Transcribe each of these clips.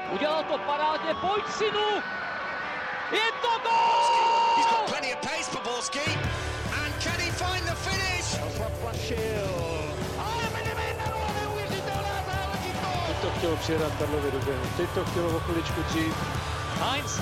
Udělal to parádně, pojď synu! Je to gól! He's got plenty of pace for Borski. And can he find the finish? Ale Medvedev, neuvěřitelná záležitost! Teď to chtělo přijedat Karlově do běhu, teď to chtělo o chviličku dřív. Heinz.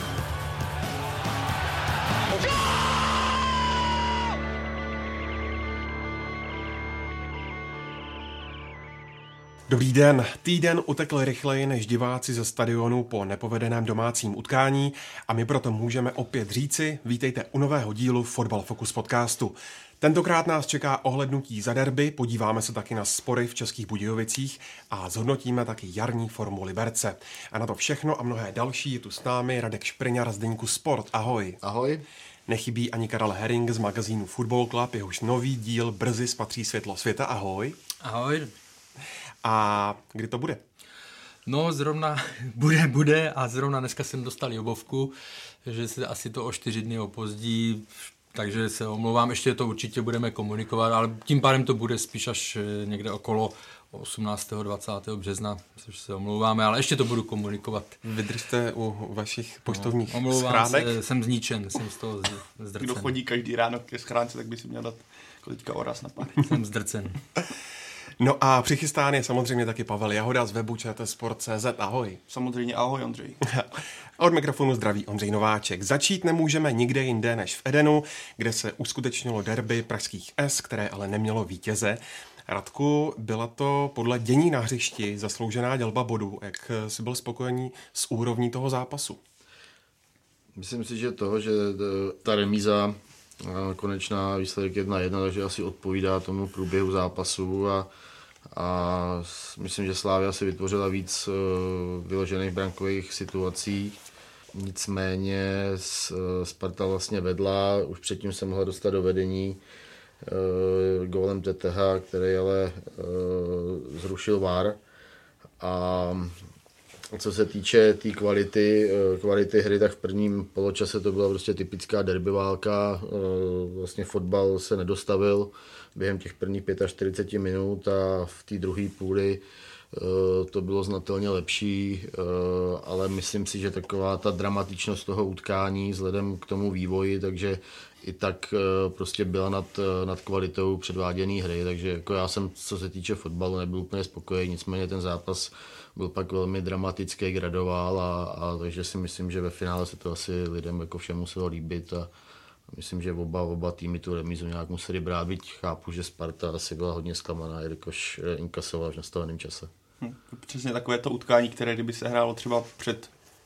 Dobrý den. Týden utekl rychleji než diváci ze stadionu po nepovedeném domácím utkání a my proto můžeme opět říci, vítejte u nového dílu Fotbal Focus podcastu. Tentokrát nás čeká ohlednutí za derby, podíváme se taky na spory v Českých Budějovicích a zhodnotíme taky jarní formu Liberce. A na to všechno a mnohé další je tu s námi Radek Špriňar z deníku Sport. Ahoj. Ahoj. Nechybí ani Karel Herring z magazínu Football Club, jehož nový díl brzy spatří světlo světa. Ahoj. Ahoj. A kdy to bude? No zrovna bude a zrovna dneska jsem dostal jobovku, že se asi to o 4 dny opozdí, takže se omlouvám, ještě to určitě budeme komunikovat, ale tím pádem to bude spíš až někde okolo 18. 20. března, což se omlouváme, ale ještě to budu komunikovat. Vydržte u vašich poštovních schránek. Omlouvám se, jsem zničen, jsem z toho zdrcen. Kdo chodí každý ráno ke schránce, tak by si měl dát teďka oraz na pár. Jsem zdrcen. No a přichystán je samozřejmě taky Pavel Jahoda z webu čtsport.cz. Ahoj. Samozřejmě ahoj, Ondřej. A od mikrofonu zdraví Ondřej Nováček. Začít nemůžeme nikde jinde než v Edenu, kde se uskutečnilo derby pražských S, které ale nemělo vítěze. Radku, byla to podle dění na hřišti zasloužená dělba bodů. Jak jsi byl spokojený s úrovní toho zápasu? Myslím si, že ta remíza, konečná výsledek 1-1, takže asi odpovídá tomu průběhu zápasu a myslím, že Slavia si vytvořila víc vyložených brankových situací. Nicméně Sparta vlastně vedla, už předtím se mohla dostat do vedení gólem TTH, který ale zrušil VAR. A co se týče té kvality hry, tak v prvním poločase to byla prostě typická derby válka. Vlastně fotbal se nedostavil během těch prvních 45 minut a v té druhé půli to bylo znatelně lepší, ale myslím si, že taková ta dramatičnost toho utkání vzhledem k tomu vývoji, takže i tak prostě byla nad kvalitou předváděné hry, takže jako já jsem, co se týče fotbalu, nebyl úplně spokojený, nicméně ten zápas byl pak velmi dramatický, gradoval a takže si myslím, že ve finále se to asi lidem jako všem muselo líbit a myslím, že oba týmy tu remízu nějak museli brát, byť chápu, že Sparta asi byla hodně zklamaná, jelikož inkasovala v nastaveném čase. Přesně takové to utkání, které kdyby se hrálo třeba před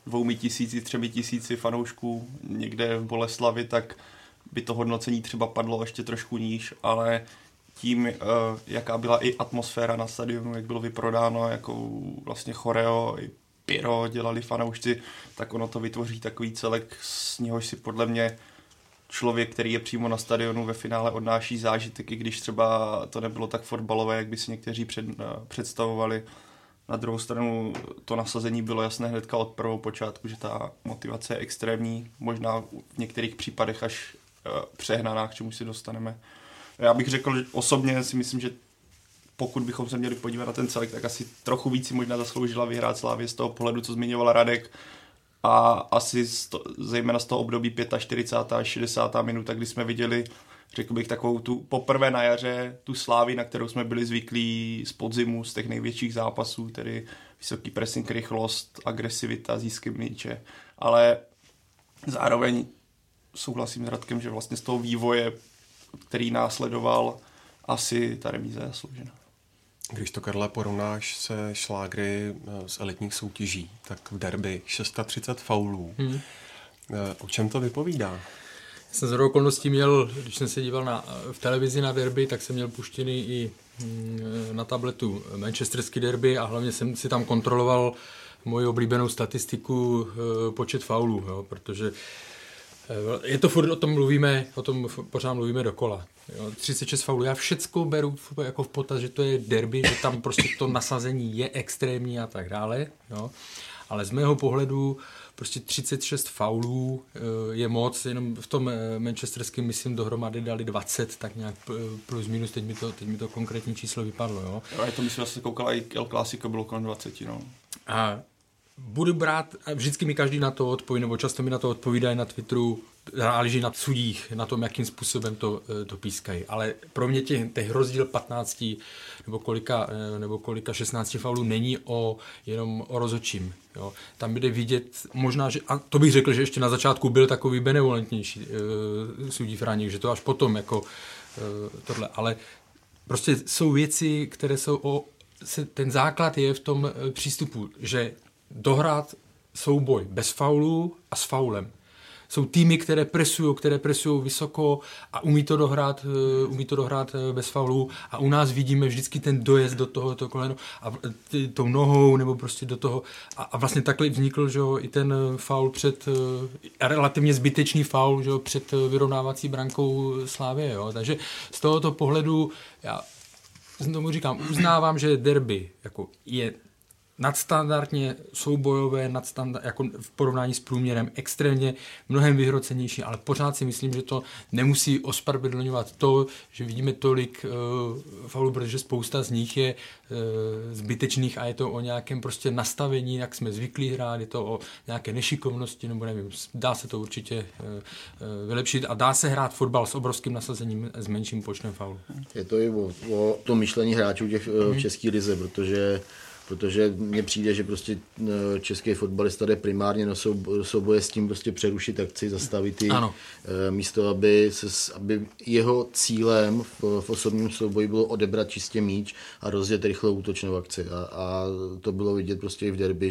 2,000–3,000 fanoušků někde v Boleslavi, tak by to hodnocení třeba padlo ještě trošku níž, ale tím, jaká byla i atmosféra na stadionu, jak bylo vyprodáno, jakou vlastně choreo i pyro dělali fanoušci, tak ono to vytvoří takový celek, z něhož si podle mě člověk, který je přímo na stadionu, ve finále odnáší zážitek, i když třeba to nebylo tak fotbalové, jak by si někteří představovali. Na druhou stranu to nasazení bylo jasné hnedka od prvou počátku, že ta motivace je extrémní, možná v některých případech až přehnaná, k čemu si dostaneme. Já bych řekl, že osobně si myslím, že pokud bychom se měli podívat na ten celek, tak asi trochu víc si možná zasloužila vyhrát Slavie z toho pohledu, co zmiňovala Radek, a asi zejména z toho období 45. až 60. minuta, kdy jsme viděli, řekl bych, takovou tu poprvé na jaře, tu Slávii, na kterou jsme byli zvyklí z podzimu, z těch největších zápasů, tedy vysoký pressing, rychlost, agresivita, získy míče, ale zároveň souhlasím s Radkem, že vlastně z toho vývoje, který následoval, asi ta remíza je zasloužena. Když to, Karle, porovnáš se šlágry z elitních soutěží, tak v derby 630 faulů. O čem to vypovídá? Já jsem z okolností měl, když jsem se díval v televizi na derby, tak jsem měl puštěný i na tabletu manchesterský derby a hlavně jsem si tam kontroloval moji oblíbenou statistiku počet faulů, jo, protože je to furt, o tom pořád mluvíme dokola. Jo, 36 faulů. Já všecko beru jako v potaz, že to je derby, že tam prostě to nasazení je extrémní a tak dále. Jo. Ale z mého pohledu prostě 36 faulů je moc, jenom v tom manchesterském, myslím, dohromady dali 20, tak nějak plus minus, teď mi to konkrétní číslo vypadlo. Jo. Já to myslím, že jsem koukal, i El Clásico bylo kolem 20. No. A budu brát, vždycky mi každý na to odpoví, nebo často mi na to odpovídají na Twitteru, záleží na sudích, na tom, jakým způsobem to pískají. Ale pro mě těch rozdíl 15 nebo kolika 16 faulů není jenom o rozhodčím. Jo. Tam bude vidět možná, že, a to bych řekl, že ještě na začátku byl takový benevolentnější sudí Fráník, že to až potom jako tohle. Ale prostě jsou věci, které jsou ten základ je v tom přístupu, že dohrát souboj bez faulu a s faulem. Jsou týmy, které presují vysoko a umí to dohrát bez faulu a u nás vidíme vždycky ten dojezd do tohoto koleno a tou nohou nebo prostě do toho a vlastně takhle vznikl, že jo, i ten faul relativně zbytečný faul, že jo, před vyrovnávací brankou Slavie, jo. Takže z tohoto pohledu já znovu říkám, uznávám, že derby jako je nadstandardně soubojové, jako v porovnání s průměrem extrémně mnohem vyhrocenější, ale pořád si myslím, že to nemusí ospravedlňovat to, že vidíme tolik faulů, protože spousta z nich je zbytečných a je to o nějakém prostě nastavení, jak jsme zvyklí hrát, je to o nějaké nešikovnosti, nebo nevím, dá se to určitě vylepšit a dá se hrát fotbal s obrovským nasazením s menším počtem faulů. Je to i o tom myšlení hráčů v české lize, protože mně přijde, že prostě český fotbalista jde primárně na souboje s tím prostě přerušit akci, zastavit ji, místo aby jeho cílem v osobním souboji bylo odebrat čistě míč a rozjet rychlou útočnou akci. A to bylo vidět prostě i v derby,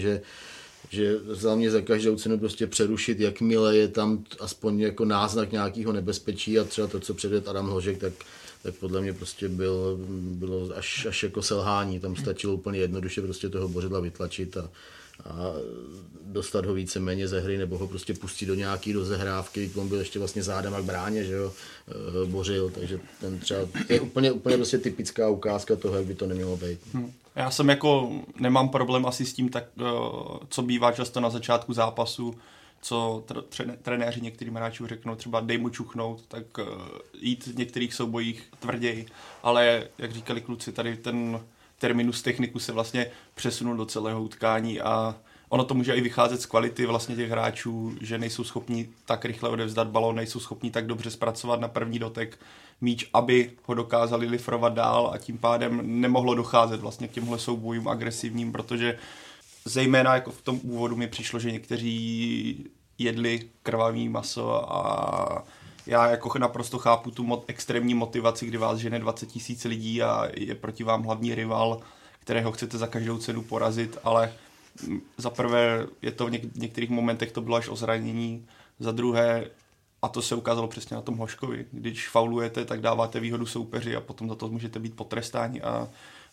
že za mě za každou cenu prostě přerušit, jakmile je tam aspoň jako náznak nějakého nebezpečí a třeba to, co předvedl Adam Hložek, tak podle mě prostě bylo až jako selhání. Tam stačilo úplně jednoduše prostě toho Bořidla vytlačit a dostat ho víceméně ze hry, nebo ho prostě pustit do nějaký rozehrávky, on byl ještě vlastně zádama k bráně, že jo, Bořil, takže ten třeba je úplně prostě typická ukázka toho, jak by to nemělo být. Já jsem jako, nemám problém asi s tím, tak, co bývá často na začátku zápasu, co trenéři některým hráčům řeknou, třeba dej mu čuchnout, tak jít v některých soubojích tvrději, ale jak říkali kluci, tady ten terminus techniku se vlastně přesunul do celého utkání a ono to může i vycházet z kvality vlastně těch hráčů, že nejsou schopni tak rychle odevzdat balón, nejsou schopni tak dobře zpracovat na první dotek míč, aby ho dokázali lifrovat dál a tím pádem nemohlo docházet vlastně k těmhle soubojům agresivním, protože zejména jako v tom úvodu mi přišlo, že někteří jedli krvavý maso a já jako naprosto chápu tu extrémní motivaci, kdy vás žene 20 000 lidí a je proti vám hlavní rival, kterého chcete za každou cenu porazit, ale za prvé je to v některých momentech to bylo až o zranění, za druhé, a to se ukázalo přesně na tom Hoškovi, když faulujete, tak dáváte výhodu soupeři a potom za to můžete být potrestáni a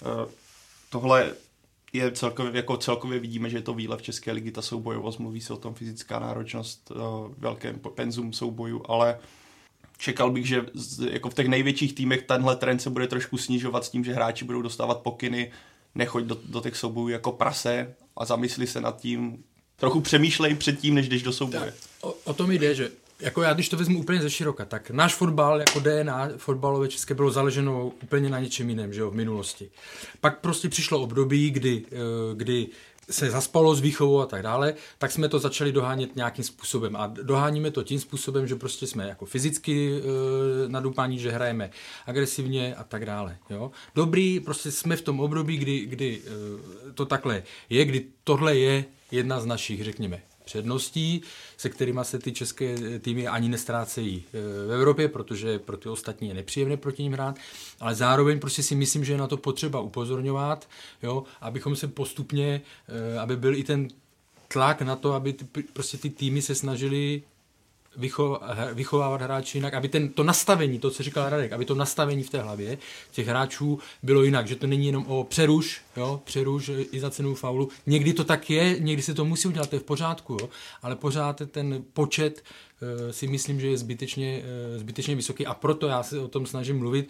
tohle je celkově vidíme, že je to výlev České ligy, ta soubojovost, mluví se o tom fyzická náročnost, velkém penzum soubojů, ale čekal bych, že jako v těch největších týmech tenhle trend se bude trošku snižovat s tím, že hráči budou dostávat pokyny, nechoď do těch soubojů jako prase a zamysli se nad tím, trochu přemýšlej před tím, než jdeš do souboje. O tom jde, že jako já, když to vezmu úplně ze široka, tak náš fotbal jako DNA fotbalové české bylo založeno úplně na něčem jiném, že jo, v minulosti. Pak prostě přišlo období, kdy se zaspalo s výchovou a tak dále, tak jsme to začali dohánět nějakým způsobem a doháníme to tím způsobem, že prostě jsme jako fyzicky nadupání, že hrajeme agresivně a tak dále. Jo. Dobrý, prostě jsme v tom období, kdy to takhle je, kdy tohle je jedna z našich, řekněme, předností, se kterými se ty české týmy ani nestrácejí v Evropě, protože pro ty ostatní je nepříjemné proti ním hrát, ale zároveň prostě si myslím, že je na to potřeba upozorňovat, jo, abychom se postupně, aby byl i ten tlak na to, aby prostě ty týmy se snažili vychovávat hráči jinak, aby to nastavení, to, co říkal Radek, aby to nastavení v té hlavě těch hráčů bylo jinak, že to není jenom o přeruš i za cenu faulu. Někdy to tak je, někdy se to musí udělat, to je v pořádku, jo, ale pořád ten počet si myslím, že je zbytečně vysoký a proto já se o tom snažím mluvit.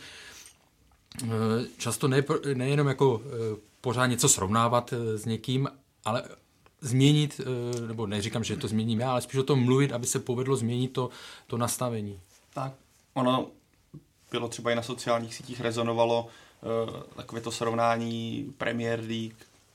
Často nejenom jako pořád něco srovnávat s někým, ale změnit, nebo neříkám, že to změním já, ale spíš o tom mluvit, aby se povedlo změnit to nastavení. Tak, ono bylo třeba i na sociálních sítích rezonovalo takové to srovnání Premier League,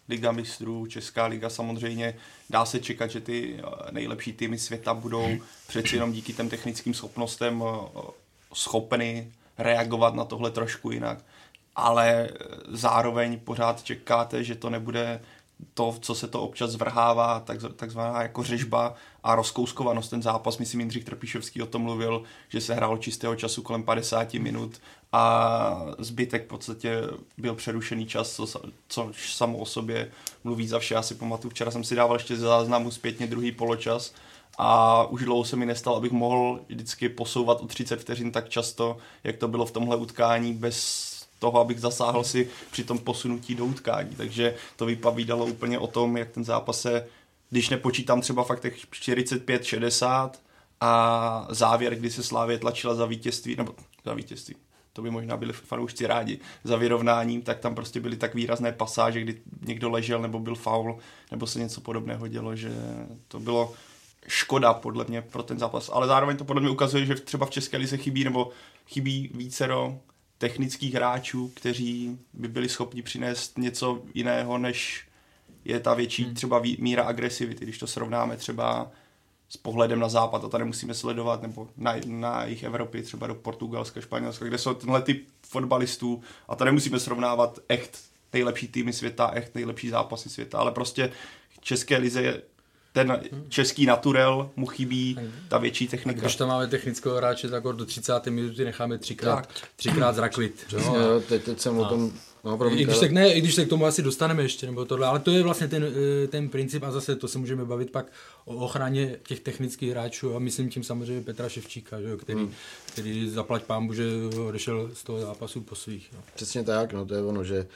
Liga mistrů, Česká liga samozřejmě. Dá se čekat, že ty nejlepší týmy světa budou přeci jenom díky těm technickým schopnostem schopny reagovat na tohle trošku jinak. Ale zároveň pořád čekáte, že to nebude to, co se to občas zvrhává, takzvaná jako řežba a rozkouskovanost. Ten zápas, myslím, Jindřich Trpišovský o tom mluvil, že se hrálo čistého času kolem 50 minut a zbytek v podstatě byl přerušený čas, což samo o sobě mluví za vše. Já si pamatuju, včera jsem si dával ještě ze záznamu zpětně druhý poločas a už dlouho se mi nestalo, abych mohl vždycky posouvat o 30 vteřin tak často, jak to bylo v tomhle utkání, bez toho, abych zasáhl si při tom posunutí do utkání. Takže to vypovídalo úplně o tom, jak ten zápas se, když nepočítám třeba fakt 45-60 a závěr, kdy se Slavie tlačila za vítězství, to by možná byli fanoušci rádi, za vyrovnáním, tak tam prostě byly tak výrazné pasáže, kdy někdo ležel nebo byl faul, nebo se něco podobného dělo, že to bylo škoda podle mě pro ten zápas. Ale zároveň to podle mě ukazuje, že třeba v České lize chybí vícero technických hráčů, kteří by byli schopni přinést něco jiného, než je ta větší třeba míra agresivity, když to srovnáme třeba s pohledem na západ, a tady musíme sledovat, nebo na jih Evropy, třeba do Portugalska, Španělska, kde jsou tenhle typ fotbalistů, a tady musíme srovnávat echt nejlepší týmy světa, echt nejlepší zápasy světa, ale prostě v České lize je ten český naturel, mu chybí ta větší technika. Když tam máme technického hráče, tak do 30. minuty necháme třikrát zraklit. Přesně, teď jsem o tom... I když se k tomu asi dostaneme ještě, nebo tohle, ale to je vlastně ten princip a zase to se můžeme bavit pak o ochraně těch technických hráčů a myslím tím samozřejmě Petra Ševčíka, že, který zaplať pánbu, že odešel z toho zápasu po svých. No. Přesně tak, no, to je ono, že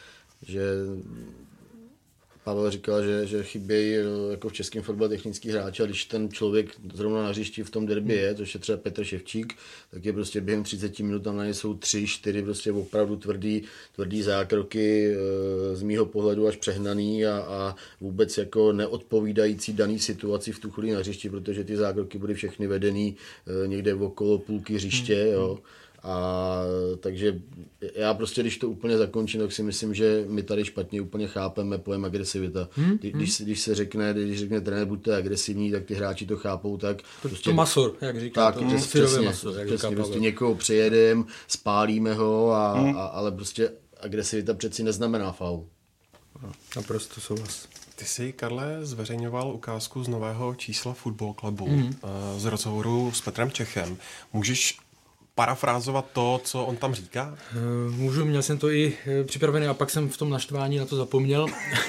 Pavel říkal, že chybějí jako v českém fotbale technický hráči a když ten člověk zrovna na hřišti v tom derby je, což je třeba Petr Ševčík, tak je prostě během 30 minut tam na ně jsou 3-4 prostě opravdu tvrdý zákroky, z mýho pohledu až přehnaný a vůbec jako neodpovídající daný situaci v tu chvíli na hřišti, protože ty zákroky byly všechny vedený někde okolo půlky hřiště, jo. A takže já prostě, když to úplně zakončím, tak si myslím, že my tady špatně úplně chápeme pojem agresivita. Když se řekne trenér, buďte agresivní, tak ty hráči to chápou tak. Prostě, to masor, jak říká. Tak, přesně, masor, jak říká prostě někoho přejedem, spálíme ho, ale prostě agresivita přeci neznamená faul. Naprosto souhlas. Ty jsi, Karle, zveřejňoval ukázku z nového čísla Football Clubu z rozhovoru s Petrem Čechem. Můžeš parafrázovat to, co on tam říká? Můžu, měl jsem to i připravené a pak jsem v tom naštvání na to zapomněl.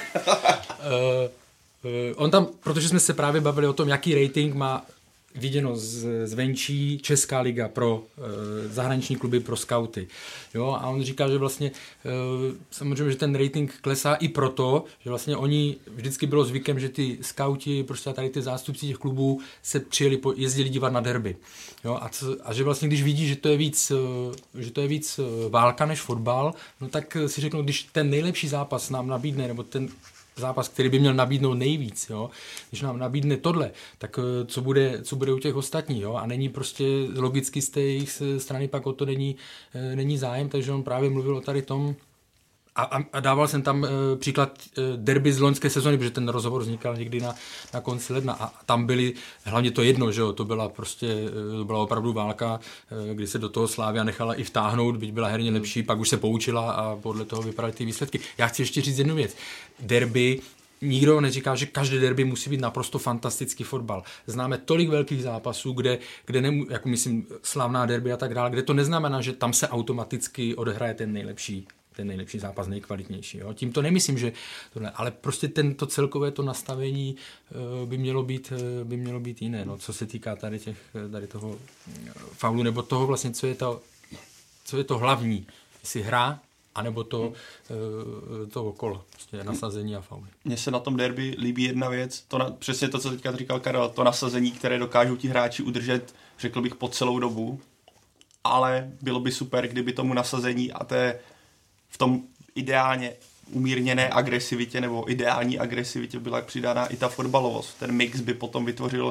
On tam, protože jsme se právě bavili o tom, jaký rating má viděno zvenčí Česká liga pro zahraniční kluby, pro skauty. Jo, a on říká, že vlastně samozřejmě, že ten rating klesá i proto, že vlastně oni vždycky bylo zvykem, že ty skauti, prostě tady ty zástupci těch klubů se jezdili dívat na derby. Jo, a že vlastně, když vidí, že to je víc válka než fotbal, no tak si řeknou, když ten nejlepší zápas nám nabídne, nebo ten zápas, který by měl nabídnout nejvíc, jo? Když nám nabídne tohle, tak co bude u těch ostatních, jo? A není prostě logicky z té jejich strany pak o to není zájem, takže on právě mluvil o tady tom a dával jsem tam příklad derby z loňské sezony, protože ten rozhovor vznikal někdy na konci ledna a tam byly hlavně to jedno, že jo? To byla opravdu válka, kdy se do toho Slavia nechala i vtáhnout, byť byla herně lepší, pak už se poučila a podle toho vypadaly ty výsledky. Já chci ještě říct jednu věc. Derby, nikdo neříká, že každé derby musí být naprosto fantastický fotbal. Známe tolik velkých zápasů, kde jako myslím slavná derby a tak dále, kde to neznamená, že tam se automaticky odehraje ten nejlepší zápas, nejkvalitnější. Jo? Tím to nemyslím, že tohle, ale prostě to celkové to nastavení by mělo být jiné, no, co se týká tady toho faulu, nebo toho vlastně, co je to hlavní, jestli hra, anebo to okolo, prostě nasazení a fauly. Mně se na tom derby líbí jedna věc, přesně to, co teďka říkal Karel, to nasazení, které dokážou ti hráči udržet, řekl bych, po celou dobu, ale bylo by super, kdyby tomu nasazení a v tom ideálně umírněné agresivitě nebo ideální agresivitě byla přidána i ta fotbalovost. Ten mix by potom vytvořil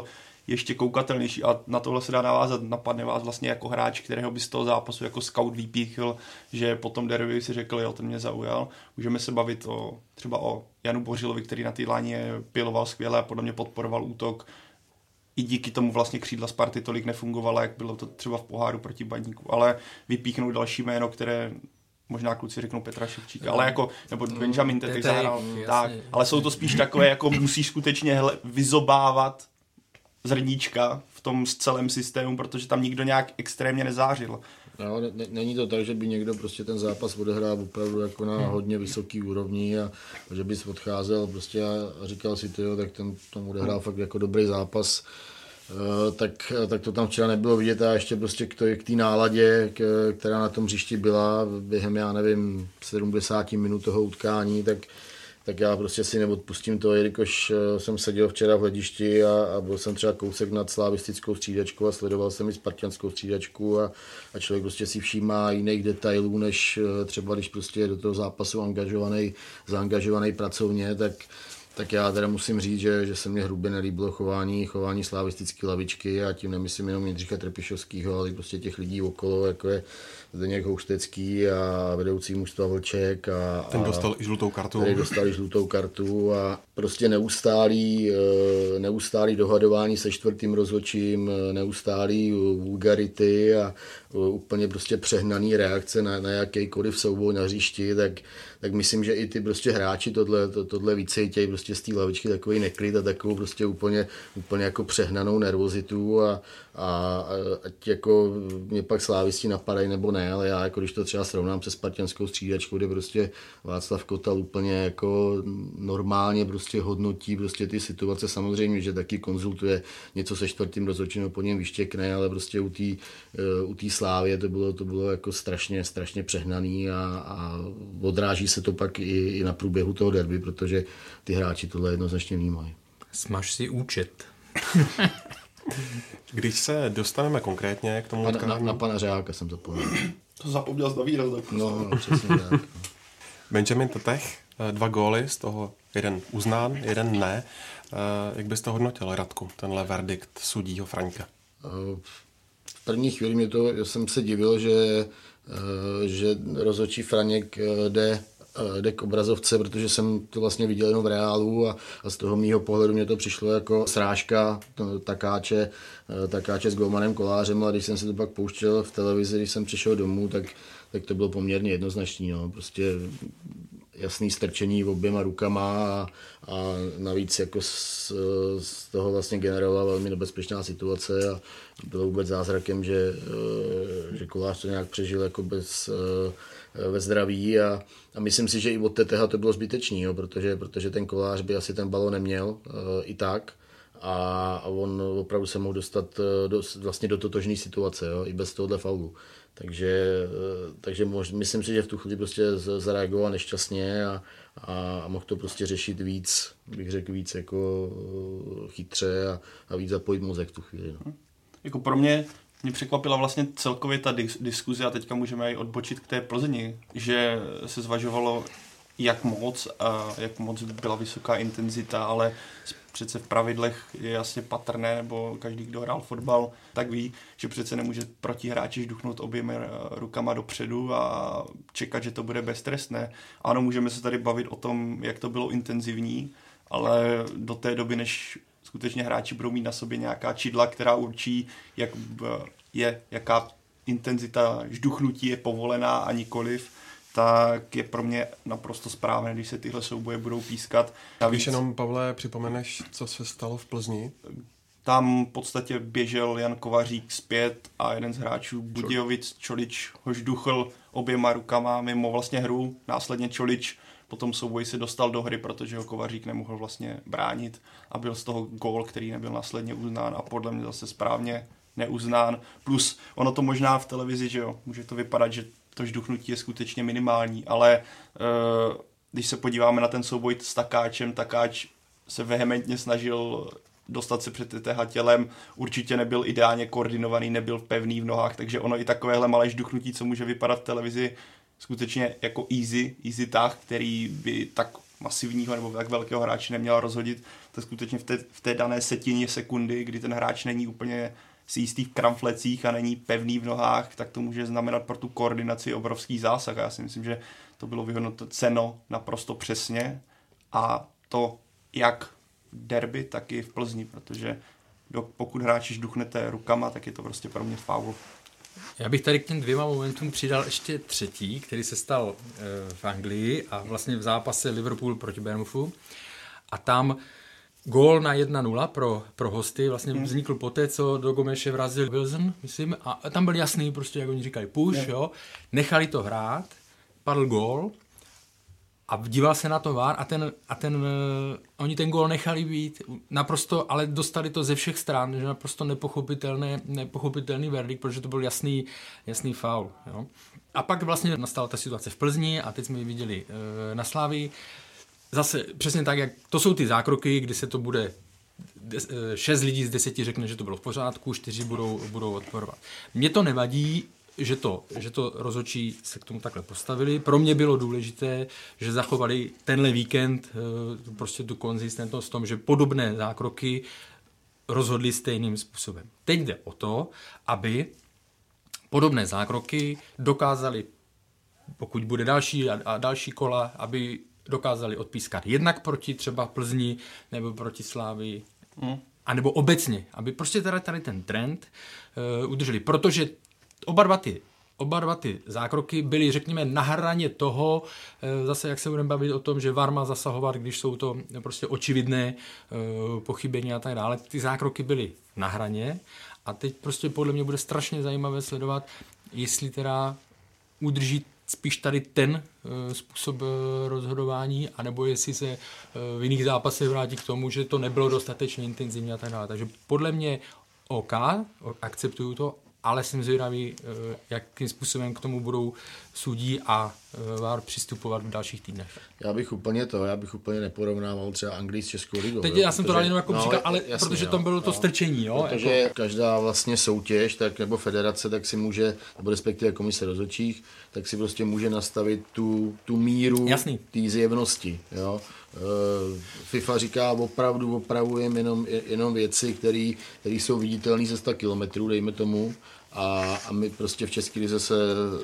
ještě koukatelnější a na tohle se dá navázat, napadne vás vlastně jako hráč, kterého by z toho zápasu jako scout vypíchl, že potom derby si řekl, jo, ten mě zaujal. Můžeme se bavit třeba o Janu Bořilovi, který na té láně piloval skvěle a podle mě podporoval útok. I díky tomu vlastně křídla Sparty tolik nefungovala, jak bylo to třeba v poháru proti Baníku, ale vypíchnout další jméno, které možná kluci řeknou Petra Ševčíka, ale jako, nebo Benjamin Tetek zahrál, tak, ale jsou to spíš takové, jako musíš skutečně vyzobávat zrníčka v tom celém systému, protože tam nikdo nějak extrémně nezářil. No, není to tak, že by někdo prostě ten zápas odehrál opravdu jako na hodně vysoký úrovni a že bys odcházel prostě a říkal si to, tak ten tomu odehrál fakt jako dobrý zápas. Tak to tam včera nebylo vidět a ještě prostě k té náladě, která na tom hřišti byla během, já nevím, 70 minut toho utkání, tak já prostě si neodpustím to, jelikož jsem seděl včera v hledišti a byl jsem třeba kousek nad slavistickou střídačkou a sledoval jsem i spartianskou střídačku a člověk prostě si všímá jiných detailů, než třeba když prostě je do toho zápasu zaangažovaný pracovně, tak já teda musím říct, že se mně hrubě nelíbilo chování slavistické lavičky a tím nemyslím jenom Jindřicha Trpišovského, ale prostě těch lidí okolo, jako je Zdeněk Houštecký a vedoucí mužstva Vlček. Ten dostal i žlutou kartu. Který dostal i žlutou kartu a prostě neustálý dohadování se čtvrtým rozhodčím, neustálý vulgarity a úplně prostě přehnaný reakce na jakýkoliv souboj na hřišti, tak myslím, že i ty prostě hráči tohle vycítějí prostě z té lavičky takový neklid a takovou prostě úplně jako přehnanou nervozitu a ať jako mě pak slávisti napadají nebo ne, ale já jako když to třeba srovnám se spartianskou střídačkou, kde prostě Václav Kotal úplně jako normálně prostě hodnotí prostě ty situace, samozřejmě, že taky konzultuje něco se čtvrtým rozhodčím, po něm vyštěkne, ale prostě u té Slávie to bylo jako strašně přehnaný a odráží se to pak i na průběhu toho derby, protože ty hráči tohle jednoznačně vnímají. Smaž si účet. Když se dostaneme konkrétně k tomu utkání... Na pana Řáka jsem zapomněl. To zapomněl z Nový Rozdok. No, přesně tak. Benjamin Tetek, 2 góly, z toho jeden uznán, jeden ne. Jak byste hodnotil, Radku, tenhle verdikt sudího Fraňka? V první chvíli jsem se divil, že rozhodčí Franěk jde k obrazovce, protože jsem to vlastně viděl jenom v reálu a z toho mýho pohledu mě to přišlo jako srážka takáče s golmanem Kolářem, a když jsem se to pak pouštěl v televizi, když jsem přišel domů, tak to bylo poměrně jednoznačný. No. Prostě jasný strčení oběma rukama a navíc jako z toho vlastně generovala velmi nebezpečná situace a bylo vůbec zázrakem, že Kolář to nějak přežil jako ve zdraví a myslím si, že i od TTH to bylo zbytečný, jo, protože ten Kolář by asi ten balón neměl i tak a on opravdu se mohl dostat vlastně do totožné situace, jo, i bez tohohle faulu. Takže myslím si, že v tu chvíli prostě zareagoval nešťastně a mohl to prostě řešit víc, bych řekl víc jako chytře a víc zapojit mozek v tu chvíli. No. Jako pro mě překvapila vlastně celkově ta diskuze a teďka můžeme i odbočit k té Plzni, že se zvažovalo, jak moc byla vysoká intenzita, ale přece v pravidlech je jasně patrné, nebo každý, kdo hrál fotbal, tak ví, že přece nemůže proti hráči žduchnout oběma rukama dopředu a čekat, že to bude beztrestné. Ano, můžeme se tady bavit o tom, jak to bylo intenzivní, ale do té doby, než skutečně hráči budou mít na sobě nějaká čidla, která určí, jaká intenzita žduchnutí je povolená a nikoliv, tak je pro mě naprosto správné, když se tyhle souboje budou pískat. Víš jenom, Pavle, připomeneš, co se stalo v Plzni? Tam v podstatě běžel Jan Kovařík zpět a jeden z hráčů Budějovic, Čolič, ho žduchl oběma rukama mimo vlastně hru. Následně Čolič po tom souboji se dostal do hry, protože ho Kovařík nemohl vlastně bránit a byl z toho gól, který nebyl následně uznán a podle mě zase správně neuznán. Plus ono to možná v televizi, že jo, může to vypadat, že to žduchnutí je skutečně minimální, ale když se podíváme na ten souboj s Takáčem, Takáč se vehementně snažil dostat se před TTH tělem, určitě nebyl ideálně koordinovaný, nebyl pevný v nohách, takže ono i takovéhle malé žduchnutí, co může vypadat v televizi, skutečně jako easy tah, který by tak masivního nebo tak velkého hráče neměla rozhodit, tak skutečně v té dané setině sekundy, kdy ten hráč není úplně si jistý v kramflecích a není pevný v nohách, tak to může znamenat pro tu koordinaci obrovský zásah. Já si myslím, že to bylo vyhodnoceno naprosto přesně a to jak v derby, tak i v Plzni, protože pokud hráči žduchnete rukama, tak je to prostě pro mě faul. Já bych tady k těm 2 momentům přidal ještě třetí, který se stal v Anglii a vlastně v zápase Liverpool proti Bournemouthu. A tam gól na 1-0 pro hosty vlastně vznikl poté, co do Gomeše vrazil Wilson, myslím, a tam byl jasný, prostě jak oni říkali, push, jo. Nechali to hrát, padl gól a díval se na to VAR a oni ten gól nechali být naprosto, ale dostali to ze všech stran, že naprosto nepochopitelný verdikt, protože to byl jasný faul. Jo. A pak vlastně nastala ta situace v Plzni a teď jsme ji viděli na Slavii. Zase přesně tak, jak to jsou ty zákroky, kdy se to bude 6 lidí z 10 řekne, že to bylo v pořádku, 4 budou odporovat. Mně to nevadí, že to rozhodčí se k tomu takhle postavili. Pro mě bylo důležité, že zachovali tenhle víkend prostě tu konzistentnost v tom, že podobné zákroky rozhodli stejným způsobem. Teď jde o to, aby podobné zákroky dokázali, pokud bude další a další kola, aby dokázali odpískat jednak proti třeba Plzni nebo proti Slávii, anebo obecně, aby prostě tady ten trend udrželi, protože oba dva ty zákroky byly, řekněme, na hraně toho, zase jak se budeme bavit o tom, že VAR má zasahovat, když jsou to prostě očividné pochybení a tak dále. Ty zákroky byly na hraně a teď prostě podle mě bude strašně zajímavé sledovat, jestli teda udrží spíš tady ten způsob rozhodování, anebo jestli se v jiných zápasech vrátí k tomu, že to nebylo dostatečně intenzivní a tak dále. Takže podle mě OK, akceptuju to, ale jsem zvědavý, jakým způsobem k tomu budou soudí a VAR přistupovat v dalších týdnech. Já bych úplně neporovnával třeba Anglii s Českou ligou. Teď já jsem to dal jenom jako příklad, ale jasně, protože tam bylo to strčení. Jo, protože jako každá vlastně soutěž, tak nebo federace, tak si může, nebo respektive komise rozhodčích, tak si prostě může nastavit tu míru té zjevnosti. Jo. FIFA říká, opravujeme jenom věci, které jsou viditelné ze 100 kilometrů, dejme tomu, a my prostě v České lize se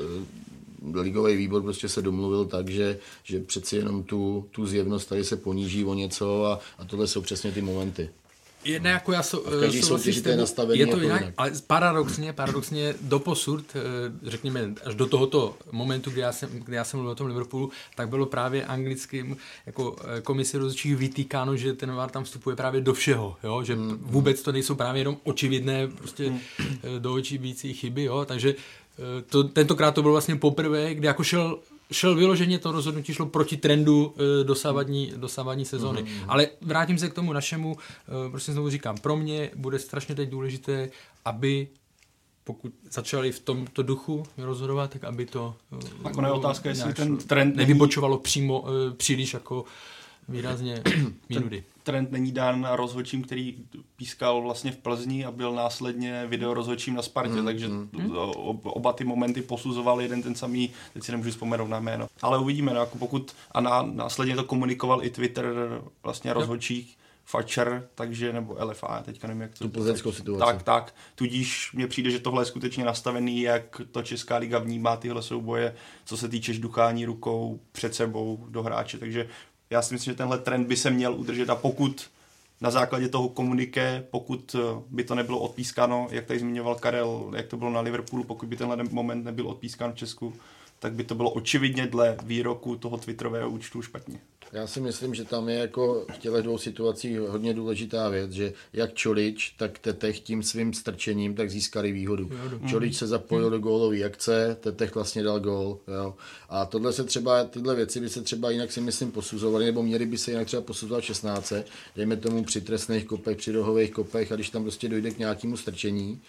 ligový výbor prostě se domluvil tak, že přeci jenom tu zjevnost tady se poníží o něco a tohle jsou přesně ty momenty. Jedné jako já každý soutěži to je nastavený je to jako jinak, ale paradoxně doposud, řekněme, až do tohoto momentu, kdy já jsem mluvil o tom Liverpoolu, tak bylo právě anglickým jako komisi rozhodčích vytýkáno, že ten VAR tam vstupuje právě do všeho, jo? Že vůbec to nejsou právě jenom očividné prostě do očí bící chyby, jo? Takže tentokrát to bylo vlastně poprvé, kdy jako šel vyloženě, to rozhodnutí šlo proti trendu dosavadní sezóny. Ale vrátím se k tomu našemu, prostě znovu říkám, pro mě bude strašně teď důležité, aby pokud začali v tomto duchu rozhodovat, tak aby to je otázka, jestli ten trend nevybočovalo příliš jako výrazně minuty. Trend není dán rozhodčím, který pískal vlastně v Plzni a byl následně videorozhodčím na Spartě, takže oba ty momenty posuzoval jeden ten samý, teď si nemůžu vzpomenout na jméno. Ale uvidíme, no, jako pokud následně to komunikoval i Twitter vlastně rozhodčích, Fatcher, takže, nebo LFA, teďka nevím, jak to... Tu plzeňskou situaci. Tak. Tudíž mně přijde, že tohle je skutečně nastavený, jak to Česká liga vnímá tyhle souboje, co se týče žduchání rukou před sebou do hráče, takže já si myslím, že tenhle trend by se měl udržet a pokud na základě toho komuniké, pokud by to nebylo odpískáno, jak tady zmiňoval Karel, jak to bylo na Liverpoolu, pokud by tenhle moment nebyl odpískán v Česku, tak by to bylo očividně dle výroku toho twitterového účtu špatně. Já si myslím, že tam je jako v těchto dvou situacích hodně důležitá věc, že jak Čolič, tak Tetech tím svým strčením tak získali výhodu. Čolič se zapojil do gólové akce, Tetech vlastně dal gól. Jo. A tyhle věci by se třeba jinak si myslím posuzovaly, nebo měly by se jinak třeba posuzovat 16, dejme tomu při trestných kopech, při rohových kopech a když tam prostě dojde k nějakému strčení,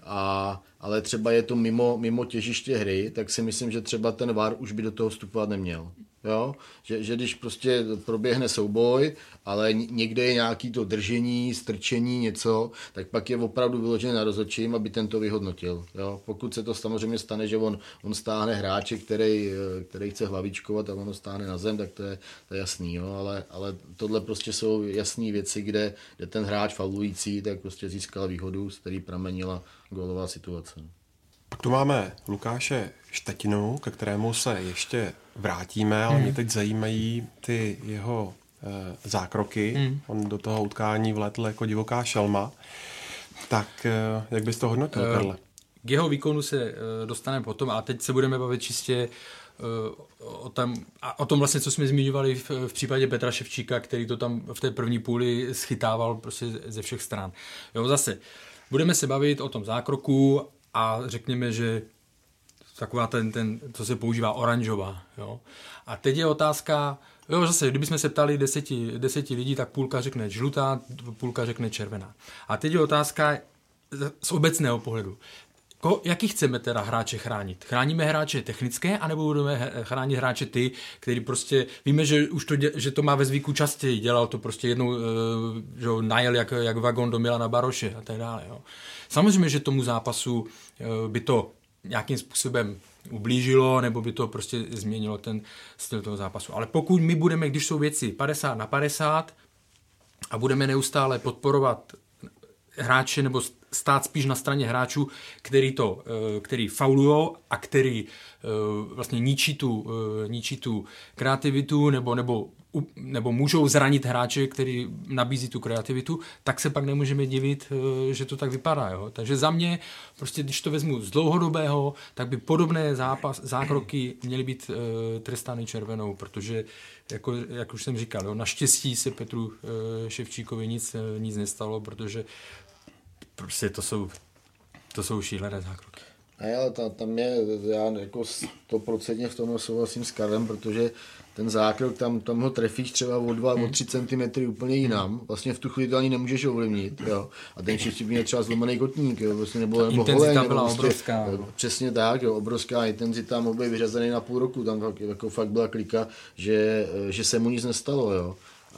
ale třeba je to mimo těžiště hry, tak si myslím, že třeba ten VAR už by do toho vstupovat neměl. Jo? Že když prostě proběhne souboj, ale někde je nějaký to držení, strčení, něco, tak pak je opravdu vyložené na rozhodčím, aby ten to vyhodnotil. Jo? Pokud se to samozřejmě stane, že on stáhne hráče, který chce hlavičkovat a ono stáhne na zem, tak to je jasný. Jo? Ale tohle prostě jsou jasné věci, kde ten hráč faulující tak prostě získal výhodu, z který pramenila gólová situace. Pak tu máme Lukáše Štětinu, ke kterému se ještě vrátíme, ale mě teď zajímají ty jeho zákroky. On do toho utkání vletl jako divoká šelma. Tak jak bys to hodnotil, Karle? K jeho výkonu se dostaneme potom a teď se budeme bavit čistě o tom vlastně, co jsme zmiňovali v případě Petra Ševčíka, který to tam v té první půli schytával prostě ze všech stran. Jo, zase budeme se bavit o tom zákroku a řekněme, že taková co se používá oranžová. Jo. A teď je otázka, zase, kdybychom se ptali 10 lidí, tak půlka řekne žlutá, půlka řekne červená. A teď je otázka z obecného pohledu. Jaký chceme teda hráče chránit? Chráníme hráče technické, anebo budeme chránit hráče ty, který prostě, víme, že už že to má ve zvyku častěji, dělal to prostě jednou, že najel jak vagon do Milana Baroše a tak dále. Jo. Samozřejmě, že tomu zápasu by to nějakým způsobem ublížilo, nebo by to prostě změnilo ten styl toho zápasu. Ale pokud my budeme, když jsou věci 50-50 a budeme neustále podporovat hráče nebo stát spíš na straně hráčů, který faulujou a který vlastně ničí tu kreativitu nebo můžou zranit hráče, který nabízí tu kreativitu, tak se pak nemůžeme divit, že to tak vypadá. Jo? Takže za mě, prostě když to vezmu z dlouhodobého, tak by podobné zákroky měly být trestány červenou, protože, jak už jsem říkal, jo, naštěstí se Petru Ševčíkovi nic nestalo, protože prostě to jsou šílené zákroky. Ale tam já jako 100% v tom souhlasím s Karlem, protože ten zákrok, tam ho trefíš třeba o 3 cm úplně jinam. Vlastně v tu chvíli to ani nemůžeš ovlivnit. Jo. A ten Ševčík měl třeba zlomený kotník, jo, vlastně, nebo intenzita holeň, byla prostě, obrovská. Přesně tak, jo, obrovská intenzita, mohl být vyřazený na půl roku. Tam fakt byla klika, že se mu nic nestalo. Jo.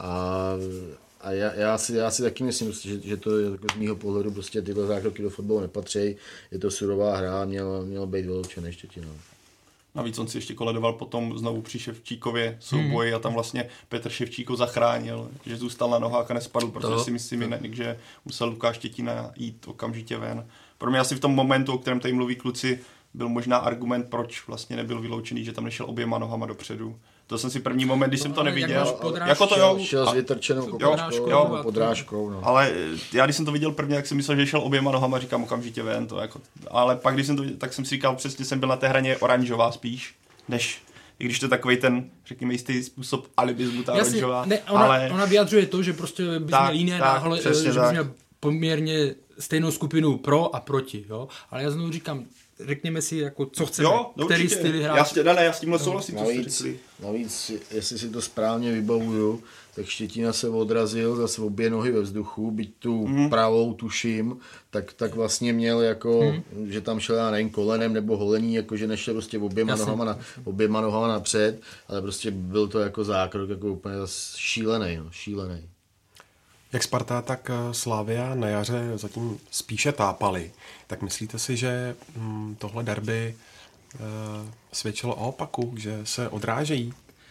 A já si taky myslím, že to jako z mýho pohledu prostě tyhle zákroky do fotbalu nepatří. Je to surová hra, mělo být vyloučený Štětina. Navíc on si ještě koledoval potom znovu při Ševčíkově souboji a tam vlastně Petr Ševčík zachránil, že zůstal na nohách a nespadl, protože si myslím, že musel Lukáš Štětina jít okamžitě ven. Pro mě asi v tom momentu, o kterém tady mluví kluci, byl možná argument, proč vlastně nebyl vyloučený, že tam nešel oběma nohama dopředu. To jsem si první moment, když jsem to neviděl. Jako to šel s vytrčenou podrážkou. No. Ale já když jsem to viděl prvně, tak jsem myslel, že šel oběma nohama, říkám okamžitě ven. Ale pak, když jsem to viděl, tak jsem si říkal, přesně jsem byl na té hraně oranžová spíš, než i když to je takovej ten, řekněme, jistý způsob alibismu, ta oranžová. Ona vyjadřuje to, že prostě bys měl jiné náhle, že bys měl poměrně stejnou skupinu pro a proti. Jo? Ale já znovu říkám, řekněme si, jako, co chceme, který styl hrát. Já s tímhle souhlasím, navíc, jestli si to správně vybavuju, tak Štětina se odrazil zase obě nohy ve vzduchu, byť tu pravou tuším, tak vlastně měl jako, že tam šel, já nevím, kolenem nebo holení, jako že nešel prostě oběma nohama napřed, ale prostě byl to jako zákrok jako úplně šílený. Jak Sparta, tak Slavia na jaře zatím spíše tápali. Tak myslíte si, že tohle derby svědčilo o opaku, že se odrážejí?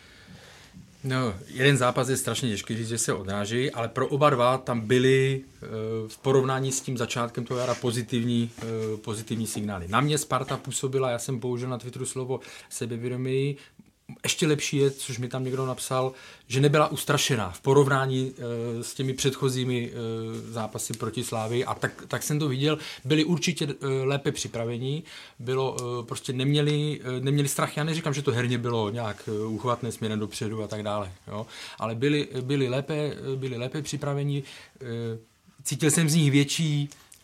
No, jeden zápas je strašně těžký říct, že se odrážejí, ale pro oba dva tam byly v porovnání s tím začátkem toho jara pozitivní signály. Na mě Sparta působila, já jsem použil na Twitteru slovo sebevědomí. Ještě lepší je, což mi tam někdo napsal, že nebyla ustrašená v porovnání s těmi předchozími zápasy proti Slávii a tak jsem to viděl, byli určitě lépe připravení, prostě neměli strach, já neříkám, že to herně bylo nějak uchvatné směrem dopředu a tak dále, jo? Ale byli lépe připravení, cítil jsem z nich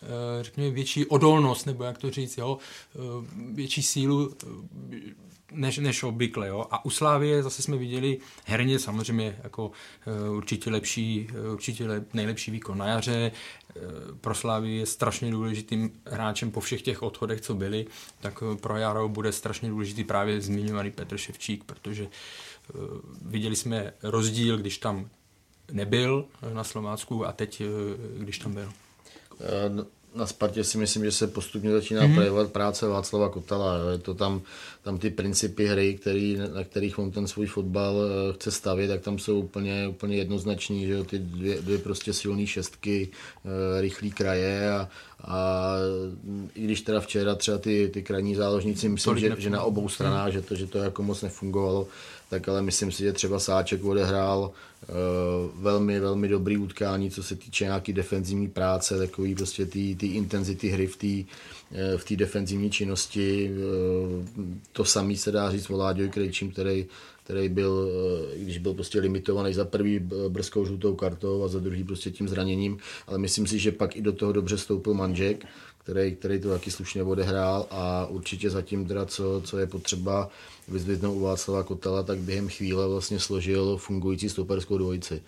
řekněme, větší odolnost, nebo jak to říct, jo, větší sílu než obvykle. Jo. A u Slávie zase jsme viděli herně samozřejmě jako určitě nejlepší výkon na jaře. Pro Slávii je strašně důležitým hráčem po všech těch odchodech, co byly, tak pro jaro bude strašně důležitý právě zmiňovaný Petr Ševčík, protože viděli jsme rozdíl, když tam nebyl na Slovácku a teď, když tam byl. Na Spartě si myslím, že se postupně začíná projevovat práce Václava Kotala. Je to tam ty principy hry, na kterých on ten svůj fotbal chce stavět, tak tam jsou úplně jednoznační, že jo, ty dvě prostě silné šestky, rychlý kraje a i když teda včera třeba ty krajní záložníci, myslím, že na obou stranách, že to jako moc nefungovalo, tak ale myslím si, že třeba Sáček odehrál velmi, velmi dobrý utkání, co se týče nějaký defenzivní práce, takový prostě ty intenzity hry v té defenzivní činnosti. To samý se dá říct o Láďovi Krejčím, který byl, když byl prostě limitovaný za prvý brzkou žlutou kartou a za druhý prostě tím zraněním, ale myslím si, že pak i do toho dobře stoupil Mandžek, který to taky slušně odehrál a určitě zatím teda, co je potřeba vyzdvihnout u Václava Kotala, tak během chvíle vlastně složil fungující stoperskou dvojici.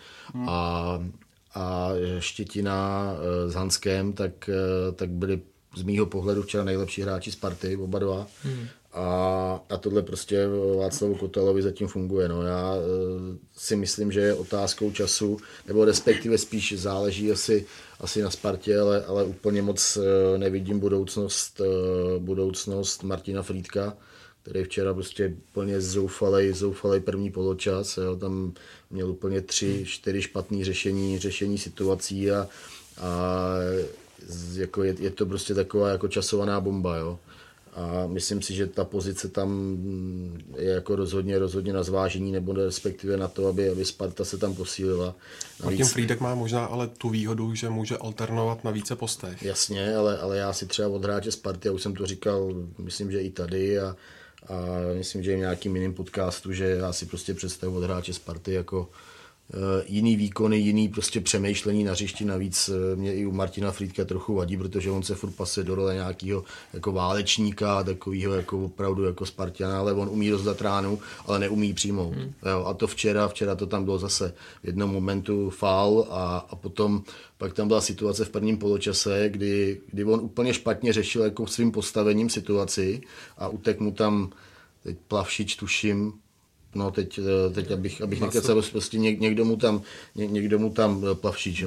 A Štětina s Hanskem, tak byli z mýho pohledu včera nejlepší hráči Sparty, oba dva. A tohle prostě Václavu Kotalovi zatím funguje. No. Já si myslím, že je otázkou času, nebo respektive spíš záleží asi na Spartě, ale úplně moc nevidím budoucnost Martina Frýdka, který včera prostě úplně zoufalej první poločas. Jo. Tam měl úplně 3-4 špatné řešení situací a jako je to prostě taková jako časovaná bomba. Jo. A myslím si, že ta pozice tam je jako rozhodně na zvážení, nebo respektive na to, aby Sparta se tam posílila. Martin Frýdek má možná ale tu výhodu, že může alternovat na více postech. Jasně, ale já si třeba od hráče Sparty, já už jsem to říkal, myslím, že i tady a myslím, že i v nějakým jiným podcastu, že já si prostě představuji od hráče Sparty jako jiný výkony, jiný prostě přemýšlení na hřišti. Navíc mě i u Martina Frýdka trochu vadí, protože on se furt pasuje do role nějakého jako válečníka, takového jako opravdu jako Spartana, ale on umí rozdat ránu, ale neumí přijmout. Jo, a to včera to tam bylo zase v jednom momentu faul a potom pak tam byla situace v prvním poločase, kdy on úplně špatně řešil jako svým postavením situaci a utek mu tam teď Plavšič, tuším, no teď abych nekecal, prostě někdo mu tam Plavšič,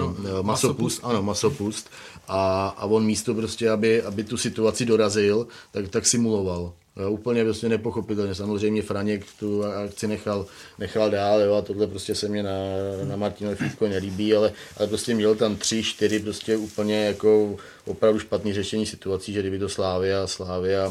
Masopust a on místo prostě, aby tu situaci dorazil, tak simuloval. Jo, úplně prostě nepochopitelně. Samozřejmě Franěk tu akci nechal dál, jo, a tohle prostě se mě na Martinovi Frýdkovi nelíbí, ale prostě měl tam 3-4 prostě úplně jako opravdu špatný řešení situací, že kdyby to Slavia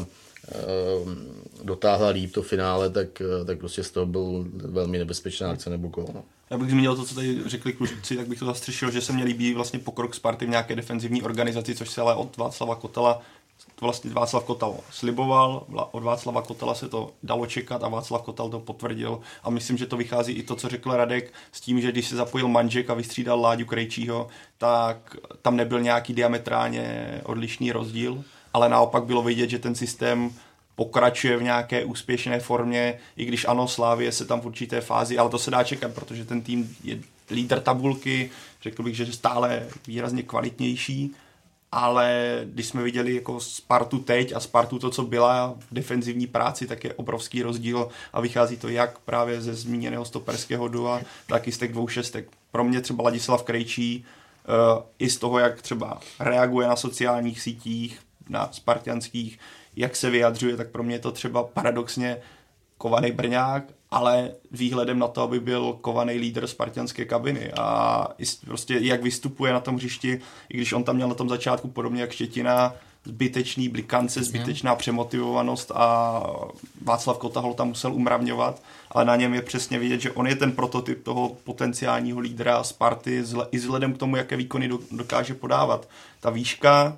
dotáhla líp to finále, tak prostě z toho byl velmi nebezpečná akce nebo gól. No. Já bych zmínil to, co tady řekli kluci, tak bych to zastřešil, že se mně líbí vlastně pokrok Sparty v nějaké defenzivní organizaci, což se ale od Václava Kotala vlastně Václav Kotal sliboval, od Václava Kotala se to dalo čekat a Václav Kotal to potvrdil a myslím, že to vychází i to, co řekl Radek, s tím, že když se zapojil Mandžek a vystřídal Láďu Krejčího, tak tam nebyl nějaký diametrálně odlišný rozdíl, ale naopak bylo vidět, že ten systém pokračuje v nějaké úspěšné formě, i když ano, Slavie se tam v určité fázi, ale to se dá čekat, protože ten tým je lídr tabulky, řekl bych, že je stále výrazně kvalitnější, ale když jsme viděli jako Spartu teď a Spartu to, co byla v defenzivní práci, tak je obrovský rozdíl a vychází to jak právě ze zmíněného stoperského dua, tak i z těch 2 šestek. Pro mě třeba Ladislav Krejčí, i z toho, jak třeba reaguje na sociálních sítích, na spartianských, jak se vyjadřuje, tak pro mě je to třeba paradoxně kovaný Brňák, ale výhledem na to, aby byl kovaný lídr spartianské kabiny a prostě jak vystupuje na tom hřišti, i když on tam měl na tom začátku podobně jak Štětina, zbytečný blikance, zbytečná přemotivovanost a Václav Kota ho tam musel umravňovat, ale na něm je přesně vidět, že on je ten prototyp toho potenciálního lídra Sparty i vzhledem k tomu, jaké výkony dokáže podávat. Ta výška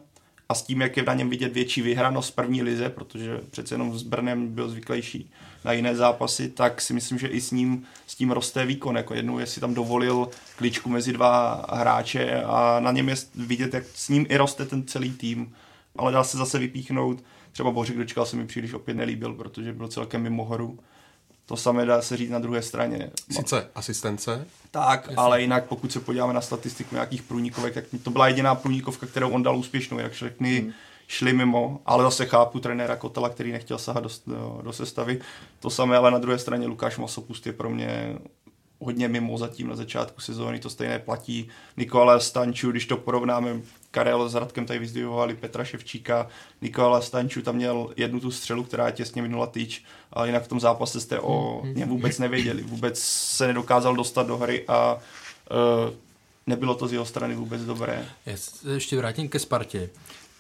a s tím, jak je na něm vidět větší vyhranost v první lize, protože přece jenom s Brnem byl zvyklejší na jiné zápasy, tak si myslím, že i s tím roste výkon. Jako jednou, jestli tam dovolil kličku mezi dva hráče a na něm je vidět, jak s ním i roste ten celý tým. Ale dá se zase vypíchnout. Třeba Bořek Dočkal se mi příliš opět nelíbil, protože byl celkem mimo horu. To samé dá se říct na druhé straně. Sice asistence. Tak, jasně. Ale jinak pokud se podíváme na statistiku nějakých průnikovek, tak to byla jediná průnikovka, kterou on dal úspěšnou, jak všechny šli mimo, ale zase chápu trenéra Kotela, který nechtěl sahat do sestavy. To samé, ale na druhé straně Lukáš Masopust je pro mě hodně mimo zatím na začátku sezóny, to stejné platí. Nikola Stanču, když to porovnáme, Karel s Radkem tady vyzdvihovali Petra Ševčíka, Nikola Stanču tam měl jednu tu střelu, která těsně minula tyč, ale jinak v tom zápase jste o něm vůbec nevěděli, vůbec se nedokázal dostat do hry a nebylo to z jeho strany vůbec dobré. Já se ještě vrátím ke Spartě.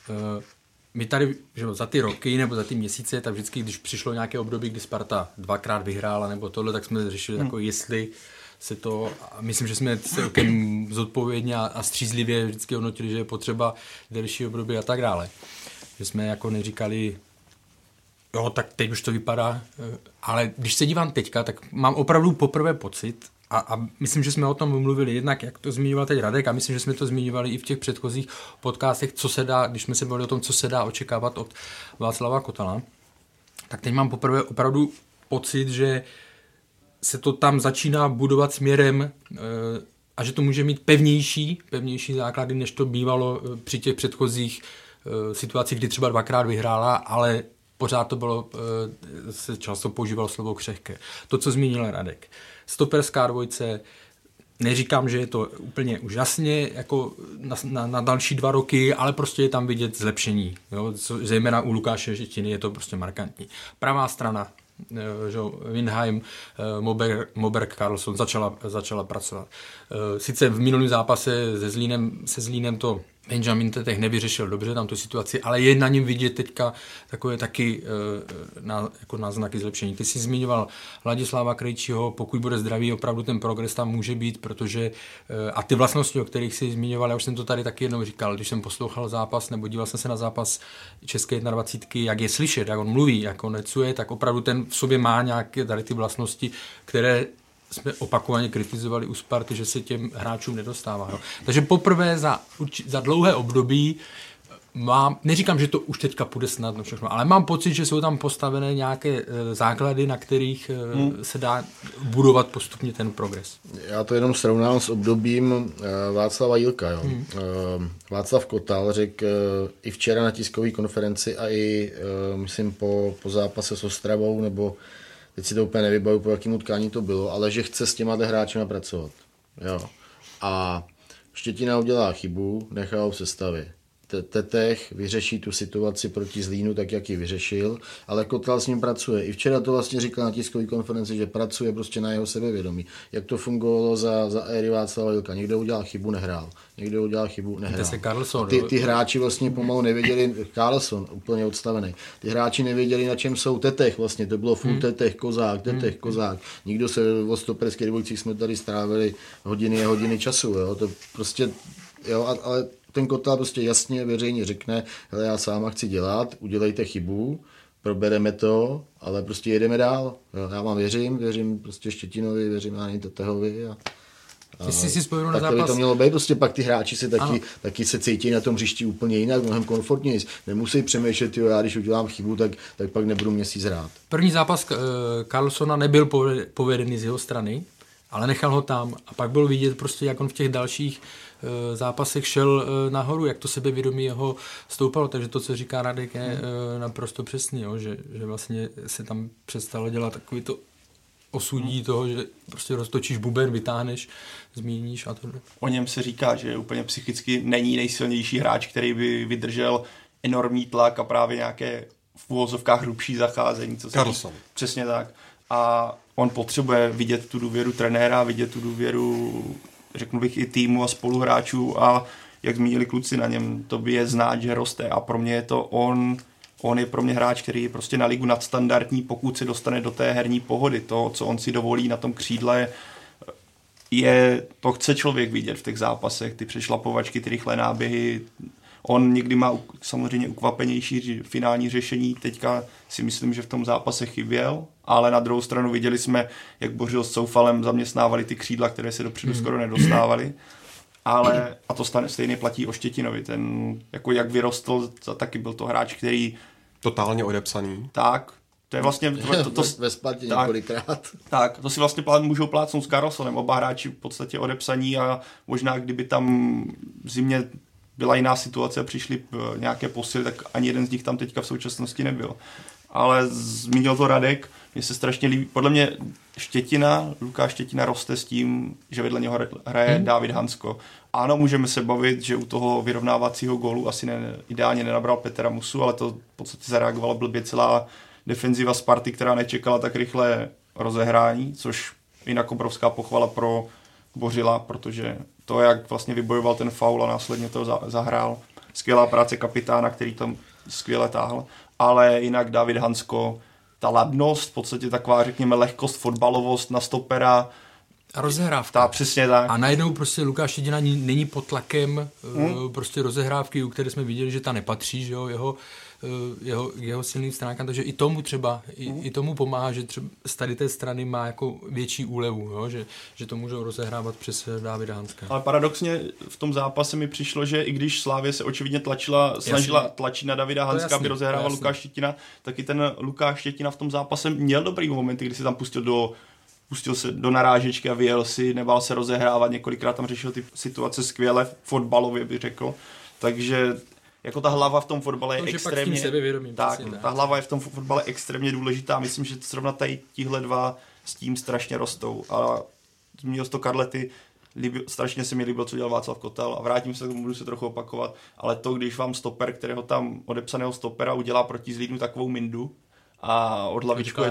My tady, že za ty roky nebo za ty měsíce, tak vždycky, když přišlo nějaké období, kdy Sparta dvakrát vyhrála nebo tohle, tak jsme řešili jako jestli se to, myslím, že jsme celkem zodpovědně a střízlivě vždycky hodnotili, že je potřeba delší období a tak dále. Že jsme jako neříkali, jo, tak teď už to vypadá, ale když se dívám teďka, tak mám opravdu poprvé pocit, a myslím, že jsme o tom mluvili jednak, jak to zmiňoval teď Radek, a myslím, že jsme to zmiňovali i v těch předchozích podcastech, co se dá, když jsme se bavili o tom, co se dá očekávat od Václava Kotela, tak teď mám poprvé opravdu pocit, že se to tam začíná budovat směrem a že to může mít pevnější základy, než to bývalo při těch předchozích situacích, kdy třeba dvakrát vyhrála, ale pořád to bylo, se často používalo slovo křehké. To, co zmínil Radek. Stoperská dvojce, neříkám, že je to úplně úžasně jako na další 2 roky, ale prostě je tam vidět zlepšení. Jo? Zejména u Lukáše Žitiny je to prostě markantní. Pravá strana, Windheim, Moberg, Karlsson začala pracovat. Sice v minulém zápase se Zlínem to Benjamin Tetech nevyřešil dobře tam tu situaci, ale je na něm vidět teďka takové taky jako náznaky zlepšení. Ty jsi zmiňoval Ladislava Krejčího, pokud bude zdravý, opravdu ten progres tam může být, protože a ty vlastnosti, o kterých jsi zmiňoval, já už jsem to tady taky jednou říkal, když jsem poslouchal zápas nebo díval jsem se na zápas České 21, jak je slyšet, jak on mluví, jak on necuje, tak opravdu ten v sobě má nějaké tady ty vlastnosti, které jsme opakovaně kritizovali u Sparty, že se těm hráčům nedostává. Jo. Takže poprvé za dlouhé období neříkám, že to už teďka půjde snadno všechno, ale mám pocit, že jsou tam postavené nějaké základy, na kterých se dá budovat postupně ten progres. Já to jenom srovnám s obdobím Václava Jílka. Jo. Václav Kotal řekl i včera na tiskové konferenci a i myslím po zápase s Ostravou, nebo teď si to úplně nevybavu, po jakým utkání to bylo, ale že chce s těma hráčima pracovat. Jo. A Štětina udělá chybu, nechá ho v sestavě. Tetech vyřeší tu situaci proti Zlínu tak, jak ji vyřešil, ale Kotal s ním pracuje. I včera to vlastně říkal na tiskové konferenci, že pracuje prostě na jeho sebevědomí. Jak to fungovalo za éry Václava Jílka. Někdo udělal chybu, nehrál. Někdo udělal chybu, nehrál. Ty hráči vlastně pomalu nevěděli, Karlsson úplně odstavený. Ty hráči nevěděli, na čem jsou. Tetech vlastně, to bylo full Tetech, Kozák. Nikdo se o stoperských dvojcích jsme tady strávili hodiny a hodiny času. Jo. To prostě, jo, ale ten Kotel prostě jasně veřejně řekne, hele, já sám chci dělat, udělejte chybu, probereme to, ale prostě jedeme dál. Jo, já vám věřím prostě Štětinovi, věřím ani Tetehovi a si vzpomínul na zápas. Tak to mělo být, prostě pak ty hráči se taky se cítí na tom hřišti úplně jinak, mnohem komfortněji. Nemusí přemýšlet, jo, já když udělám chybu, tak pak nebudu měsíc hrát. První zápas Karlssona nebyl povedený z jeho strany, ale nechal ho tam a pak byl vidět prostě, jak on v těch dalších zápasech šel nahoru, jak to sebevědomí jeho stoupalo, takže to, co říká Radek, je naprosto přesný, jo, že vlastně se tam přestalo dělat takový to osudí toho, že prostě roztočíš buben, vytáhneš, zmíníš a tohle. O něm se říká, že úplně psychicky není nejsilnější hráč, který by vydržel enormní tlak a právě nějaké v uvozovkách hrubší zacházení. Karlsson. Přesně tak. A on potřebuje vidět tu důvěru trenéra, vidět tu důvěru, řeknu bych, i týmu a spoluhráčů a jak zmínili kluci na něm, to by je znát, že roste a pro mě je to on je pro mě hráč, který je prostě na ligu nadstandardní, pokud se dostane do té herní pohody. To, co on si dovolí na tom křídle, to chce člověk vidět v těch zápasech, ty přešlapovačky, ty rychlé náběhy. On někdy má samozřejmě ukvapenější finální řešení, teďka si myslím, že v tom zápase chyběl, ale na druhou stranu viděli jsme, jak Bořil s Coufalem zaměstnávali ty křídla, které se dopředu skoro nedostávaly. Ale, a to stejně platí o Štětinovi, ten, jako jak vyrostl, taky byl to hráč, který... Totálně odepsaný. Tak, to je vlastně... Ve Spartě několikrát. Tak, to si vlastně můžou plácnout s Carlsonem, oba hráči v podstatě odepsaní a možná kdyby tam v zimě byla jiná situace a přišly nějaké posily, tak ani jeden z nich tam teďka v současnosti nebyl. Ale zmínil to Radek, mně se strašně líbí, podle mě Lukáš Štětina roste s tím, že vedle něho hraje David Hansko. Ano, můžeme se bavit, že u toho vyrovnávacího gólu asi ideálně nenabral Petra Musu, ale to v podstatě zareagovala blbě celá defenziva Sparty, která nečekala tak rychle rozehrání, což jinak obrovská pochvala pro Bořila, protože to, jak vlastně vybojoval ten faul a následně to zahrál. Skvělá práce kapitána, který tam skvěle táhl. Ale jinak David Hansko, ta ladnost, v podstatě taková, řekněme, lehkost, fotbalovost na stopera. A rozehrávka. Přesně tak. A najednou prostě Lukáš Štětina není pod tlakem prostě rozehrávky, u které jsme viděli, že ta nepatří, že jo, jeho silným stránkám, takže i tomu třeba, i tomu pomáhá, že třeba z tady té strany má jako větší úlevu, jo? Že to můžou rozehrávat přes Davida Hanska. Ale paradoxně v tom zápase mi přišlo, že i když Slavie se očividně snažila tlačit na Davida Hanska, aby rozehrával Lukáš Štětina, tak i ten Lukáš Štětina v tom zápase měl dobrý momenty, kdy se tam pustil se do narážečky a vyjel si, nebál se rozehrávat, několikrát tam řešil ty situace skvěle, fotbalově bych řekl, takže jako ta hlava v tom fotbale je extrémně... Ta hlava je v tom fotbale extrémně důležitá. Myslím, že zrovna tady tihle dva s tím strašně rostou. A zmínil jsi to Karlety, strašně se mi líbil, co dělal Václav Kotel a vrátím se, budu se trochu opakovat, ale to, když vám stoper, kterého tam odepsaného stopera udělá proti Zlínu takovou mindu a od hlavičku...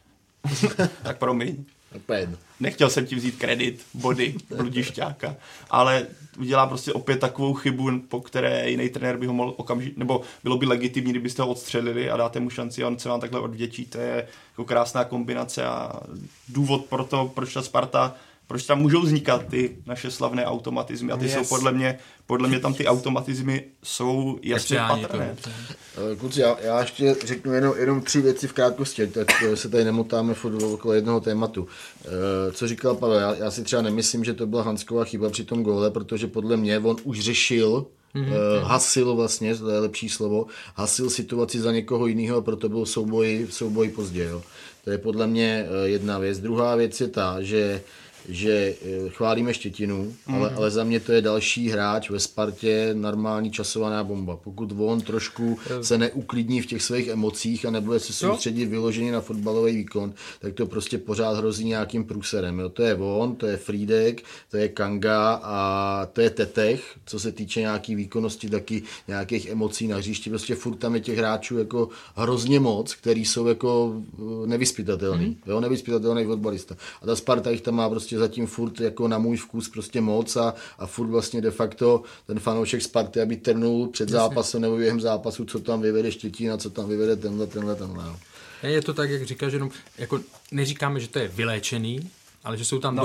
Tak promiň. Nechtěl jsem ti vzít kredit, body, Bludišťáka, ale udělá prostě opět takovou chybu, po které jiný trenér by ho mohl okamžitě, nebo bylo by legitimní, kdybyste ho odstřelili a dáte mu šanci a on se vám takhle odvděčí. To je jako krásná kombinace a důvod pro to, proč ta Sparta, proč tam můžou vznikat ty naše slavné automatizmy a ty jsou podle mě tam ty automatizmy jsou jasně patrné. Kluci, já ještě řeknu jenom 3 věci v krátkosti, tak se tady nemotáme okolo jednoho tématu. Co říkal Pavel, já si třeba nemyslím, že to byla Hanskova chyba při tom góle, protože podle mě on už řešil, hasil vlastně, to je lepší slovo, hasil situaci za někoho jiného, proto byl souboj pozdě. Jo. To je podle mě jedna věc. Druhá věc je ta, že chválíme Štětinu, ale za mě to je další hráč ve Spartě, normální časovaná bomba. Pokud on trošku se neuklidní v těch svých emocích a nebude se soustředit vyloženě na fotbalový výkon, tak to prostě pořád hrozí nějakým průserem. Jo. To je on, to je Frýdek, to je Kanga a to je Tetech, co se týče nějaký výkonnosti, taky nějakých emocí na hřišti. Prostě furt tam je těch hráčů jako hrozně moc, který jsou jako nevyzpytatelný. Jo, nevyzpytatelný fotbalista. A ta Sparta jich tam má prostě zatím furt jako na můj vkus prostě moc a furt vlastně de facto ten fanoušek Sparty, aby trnul před zápasem nebo během zápasu, co tam vyvede Štětina, co tam vyvede tenhle. Je to tak, jak říkáš, jenom jako neříkáme, že to je vyléčený, ale že jsou tam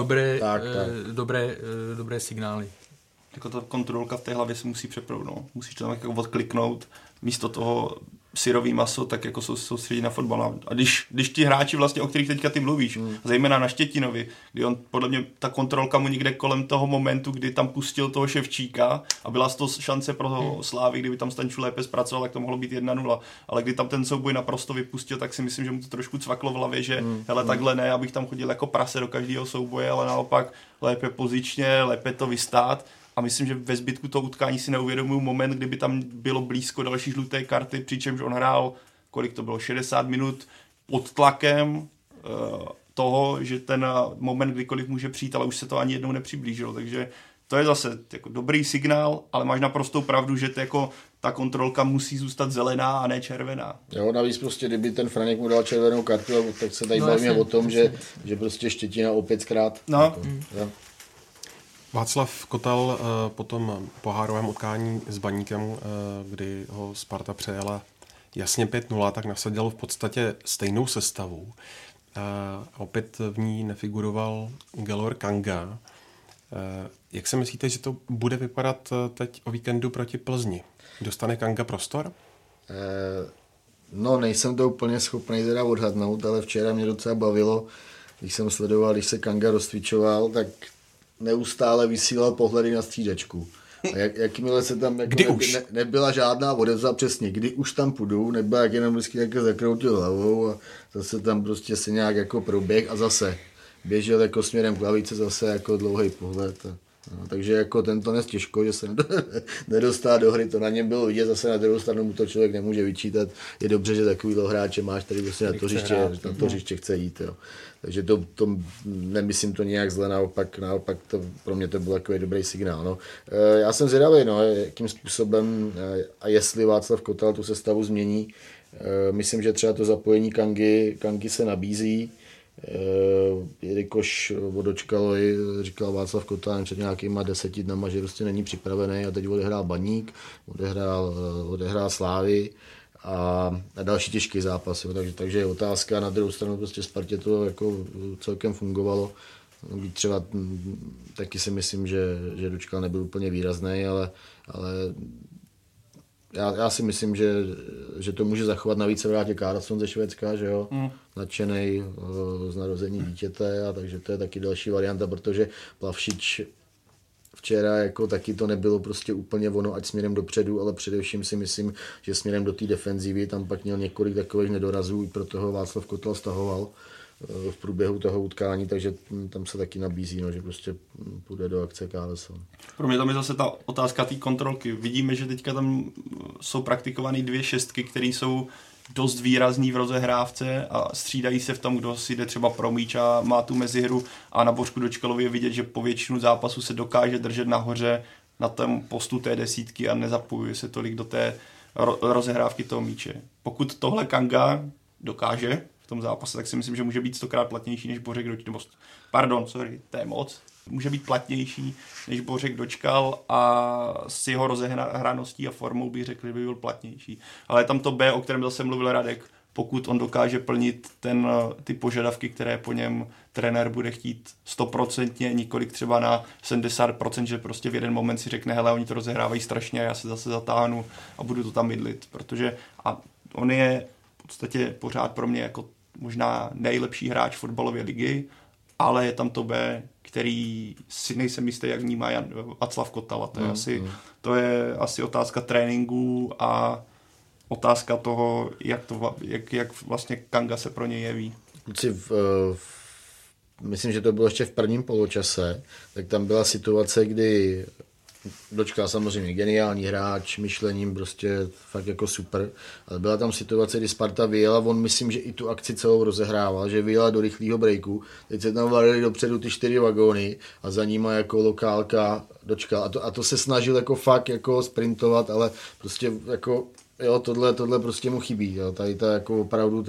dobré signály. Jako ta kontrolka v té hlavě se musí přeproudnout. Musíš to tam jako odkliknout, místo toho syrový maso, tak jako soustředí na fotbal. A když ti hráči vlastně, o kterých teďka ty mluvíš, zejména na Štětinovi, kdy on podle mě ta kontrolka mu někde kolem toho momentu, kdy tam pustil toho Ševčíka a byla to šance pro Slávy, kdyby tam Stanču lépe zpracoval, tak to mohlo být 1-0. Ale kdy tam ten souboj naprosto vypustil, tak si myslím, že mu to trošku cvaklo v hlavě, že hele, takhle ne, abych tam chodil jako prase do každého souboje, ale naopak lépe pozičně, lépe to vystát. A myslím, že ve zbytku toho utkání si neuvědomuju moment, kdyby tam bylo blízko další žluté karty, přičemž on hrál, kolik to bylo, 60 minut pod tlakem toho, že ten moment kdykoliv může přijít, ale už se to ani jednou nepřiblížilo. Takže to je zase jako dobrý signál, ale máš naprostou pravdu, že to jako ta kontrolka musí zůstat zelená a ne červená. Jo, navíc prostě, kdyby ten Franěk mu dal červenou kartu, tak se tady bavíme o tom, že prostě Štětina opět zkrát. No. Václav Kotal po tom pohárovém utkání s Baníkem, kdy ho Sparta přejela jasně 5-0, tak nasadil v podstatě stejnou sestavu. Opět v ní nefiguroval Gelor Kanga. Jak si myslíte, že to bude vypadat teď o víkendu proti Plzni? Dostane Kanga prostor? No, nejsem to úplně schopný teda odhadnout, ale včera mě docela bavilo, když jsem sledoval, když se Kanga rozcvičoval, tak neustále vysílal pohledy na střídačku. A jakmile se tam jako nebyla žádná odezva přesně, kdy už tam půjdu, nebyla jak jenom vždycky jako zakroutil hlavou a zase tam prostě se nějak jako proběh a zase běžel jako směrem k lavice, zase jako dlouhý pohled. No, takže jako tento nes těžko, že se nedostá do hry, to na něm bylo vidět, zase na druhou stranu mu to člověk nemůže vyčítat. Je dobře, že takovýhle hráče máš, tady prostě na to hřiště chce jít. Jo. Takže to nemyslím to nějak zle, naopak to, pro mě to byl takový dobrý signál. No. Já jsem zvědavý, no, jakým způsobem a jestli Václav Kotal tu sestavu změní. Myslím, že třeba to zapojení Kangy se nabízí, jelikož Vodočkalovi říkal Václav Kotal před nějakýma 10 dnama, že prostě není připravený a teď odehrál Baník, odehrál Slávy a další těžký zápas. Jo. Takže je otázka, na druhou stranu prostě Spartě to jako celkem fungovalo. Třeba taky si myslím, že Dočkal nebyl úplně výrazný, ale já si myslím, že to může zachovat. Navíc se vrátí Karlsson ze Švédska, že jo, nadšenej z narození dítěte, a takže to je taky další varianta, protože Plavšič včera jako taky to nebylo prostě úplně ono, ať směrem dopředu, ale především si myslím, že směrem do té defenzívy tam pak měl několik takových nedorazů, i proto ho Václav Kotal stahoval v průběhu toho utkání, takže tam se taky nabízí, no, že prostě půjde do akce Karlsson. Pro mě tam je zase ta otázka té kontrolky. Vidíme, že teďka tam jsou praktikované 2 šestky, které jsou dost výrazný v rozehrávce a střídají se v tom, kdo si jde třeba pro míč a má tu mezihru, a na Bořku Dočkalovi je vidět, že po většinu zápasu se dokáže držet nahoře na tom postu té desítky a nezapojuje se tolik do té rozehrávky toho míče. Pokud tohle Kanga dokáže v tom zápase, tak si myslím, že může být 100krát platnější než Bořek Dočkal. To je moc. Může být platnější než Bořek Dočkal a s jeho rozehraností a formou bych řekl, že by byl platnější. Ale je tam to B, o kterém zase mluvil Radek. Pokud on dokáže plnit ty požadavky, které po něm trenér bude chtít 100%, několik třeba na 70%, že prostě v jeden moment si řekne, hele, oni to rozehrávají strašně a já se zase zatáhnu a budu to tam mydlit. Protože on je v podstatě pořád pro mě jako možná nejlepší hráč fotbalové ligy, ale je tam to B, který si nejsem jistý, jak vnímá Václav Kotal. To je asi otázka tréninku a otázka toho, jak vlastně Kanga se pro něj jeví. Myslím, že to bylo ještě v prvním poločase, tak tam byla situace, kdy Dočkal samozřejmě geniální hráč, myšlením prostě fakt jako super, ale byla tam situace, kdy Sparta vyjela, on myslím, že i tu akci celou rozehrával, že vyjela do rychlého breaku, teď se tam valili dopředu ty 4 vagóny a za nima jako lokálka Dočkal a to se snažil jako fakt jako sprintovat, ale prostě jako jo, tohle prostě mu chybí, jo. Tady ta jako opravdu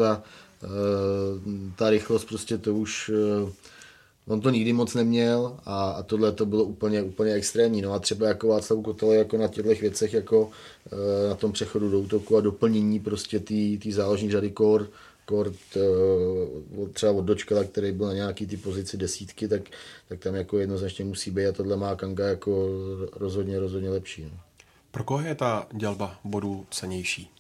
ta rychlost prostě to už on to nikdy moc neměl a tohle to bylo úplně extrémní. No a třeba jako Václav Kotal jako na těchto věcech, jako na tom přechodu do útoku a doplnění prostě ty záložní řady kort třeba od Dočkala, který byl na nějaký ty pozici desítky, tak tam jako jednoznačně musí být a tohle má Kanga jako rozhodně lepší. No. Pro koho je ta dělba bodů cennější?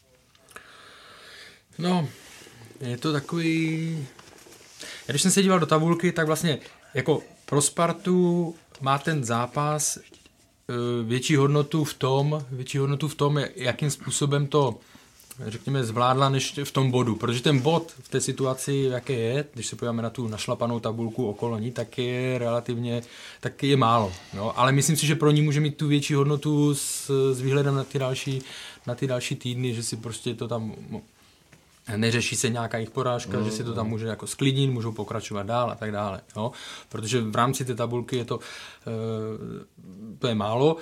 No, je to takový... Když jsem se díval do tabulky, tak vlastně jako pro Spartu má ten zápas větší hodnotu v tom, jakým způsobem to, řekněme, zvládla než v tom bodu. Protože ten bod v té situaci, jaké je, když se podíváme na tu našlapanou tabulku okolo ní, tak je relativně, tak je málo. No? Ale myslím si, že pro ní může mít tu větší hodnotu s výhledem na ty další týdny, že si prostě to tam... Neřeší se nějaká jejich porážka, že si to tam může jako sklidnit, můžou pokračovat dál a tak dále. Jo? Protože v rámci té tabulky je to je málo.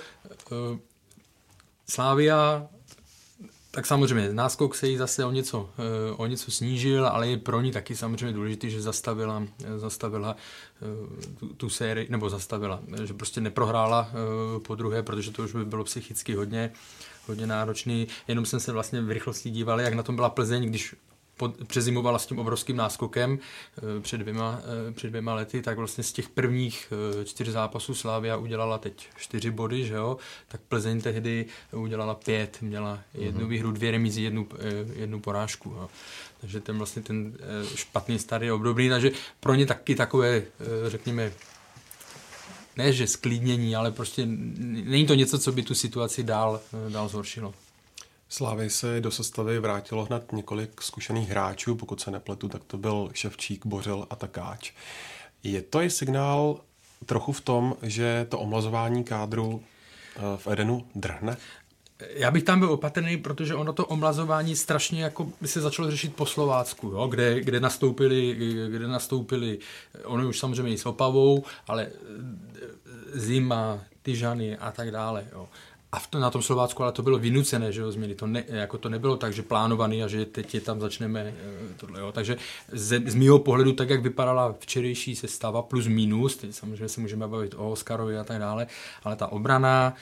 Slavia, tak samozřejmě náskok se jí zase o něco snížil, ale je pro ní taky samozřejmě důležité, že zastavila tu sérii, nebo že prostě neprohrála po druhé, protože to už by bylo psychicky hodně náročný. Jenom jsem se vlastně v rychlosti díval, jak na tom byla Plzeň, když přezimovala s tím obrovským náskokem před dvěma lety, tak vlastně z těch prvních 4 zápasů Slavia udělala teď 4 body, že jo? Tak Plzeň tehdy udělala 5, měla 1 výhru, 2 remízy, 1 porážku. Jo? Takže ten špatný start je obdobný, takže pro ně taky takové, řekněme, ne že sklidnění, ale prostě není to něco, co by tu situaci dál zhoršilo. Slavii se do sestavy vrátilo hned několik zkušených hráčů, pokud se nepletu, tak to byl Ševčík, Bořil a Takáč. Je to i signál trochu v tom, že to omlazování kádru v Edenu drhne? Já bych tam byl opatrný, protože ono to omlazování strašně jako by se začalo řešit po Slovácku, jo? Kde nastoupili, ono už samozřejmě i s Opavou, ale Zima, Tyžany a tak dále, jo. A na tom Slovácku ale to bylo vynucené, že jo, změny. To nebylo tak, že plánovaný a že teď je tam začneme tohle, jo. Takže z mýho pohledu, tak jak vypadala včerejší sestava plus minus, teď samozřejmě se můžeme bavit o Oskarovi a tak dále, ale ta obrana,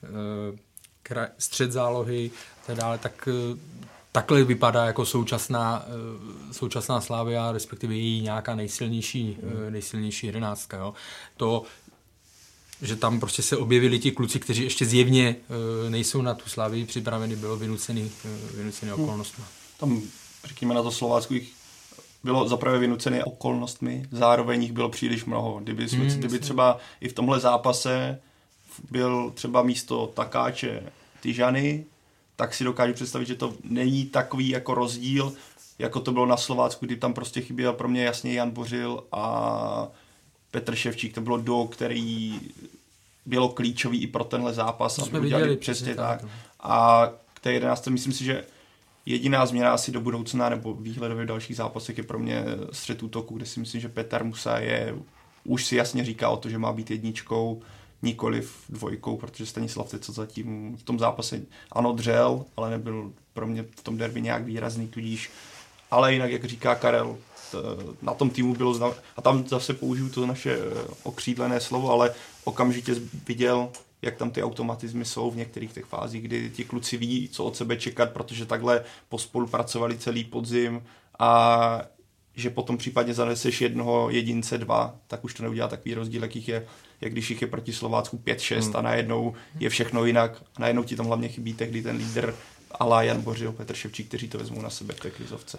střed zálohy a tak dále, tak takhle vypadá jako současná Slavia, respektive její nějaká nejsilnější 11. Jo. To, že tam prostě se objevili ti kluci, kteří ještě zjevně nejsou na tu Slavii připraveni, bylo vynucený okolnostmi. Tam, řekněme, na to Slovácku jich bylo zaprvé vynucené okolnostmi, zároveň jich bylo příliš mnoho. Kdyby třeba i v tomhle zápase byl třeba místo Takáče Tyžany, tak si dokážu představit, že to není takový jako rozdíl, jako to bylo na Slovácku, kdy tam prostě chyběl pro mě jasně Jan Bořil a Petr Ševčík. To bylo duo, který bylo klíčový i pro tenhle zápas. To jsme viděli přesně tak. A k té 11. myslím si, že jediná změna asi do budoucna nebo výhledově v dalších zápasech je pro mě střed útoku, kde si myslím, že Petar Musa už si jasně říká o to, že má být jedničkou, nikoliv 2, protože Stanislav Tecl zatím v tom zápase ano dřel, ale nebyl pro mě v tom derby nějak výrazný, tudíž. Ale jinak, jak říká Karel, na tom týmu bylo a tam zase použiju to naše okřídlené slovo, ale okamžitě viděl, jak tam ty automatizmy jsou v některých těch fázích, kdy ti kluci ví, co od sebe čekat, protože takhle pospolupracovali celý podzim a že potom případně zaneseš jednoho jedince 2, tak už to neudělá takový rozdíl, jak když jich je proti Slovácku 5-6 a najednou je všechno jinak. A najednou ti tam hlavně chybí tehdy ten lídr ala Jan Bořil, Petr Ševčík, kteří to vezmou na sebe v té krizovce.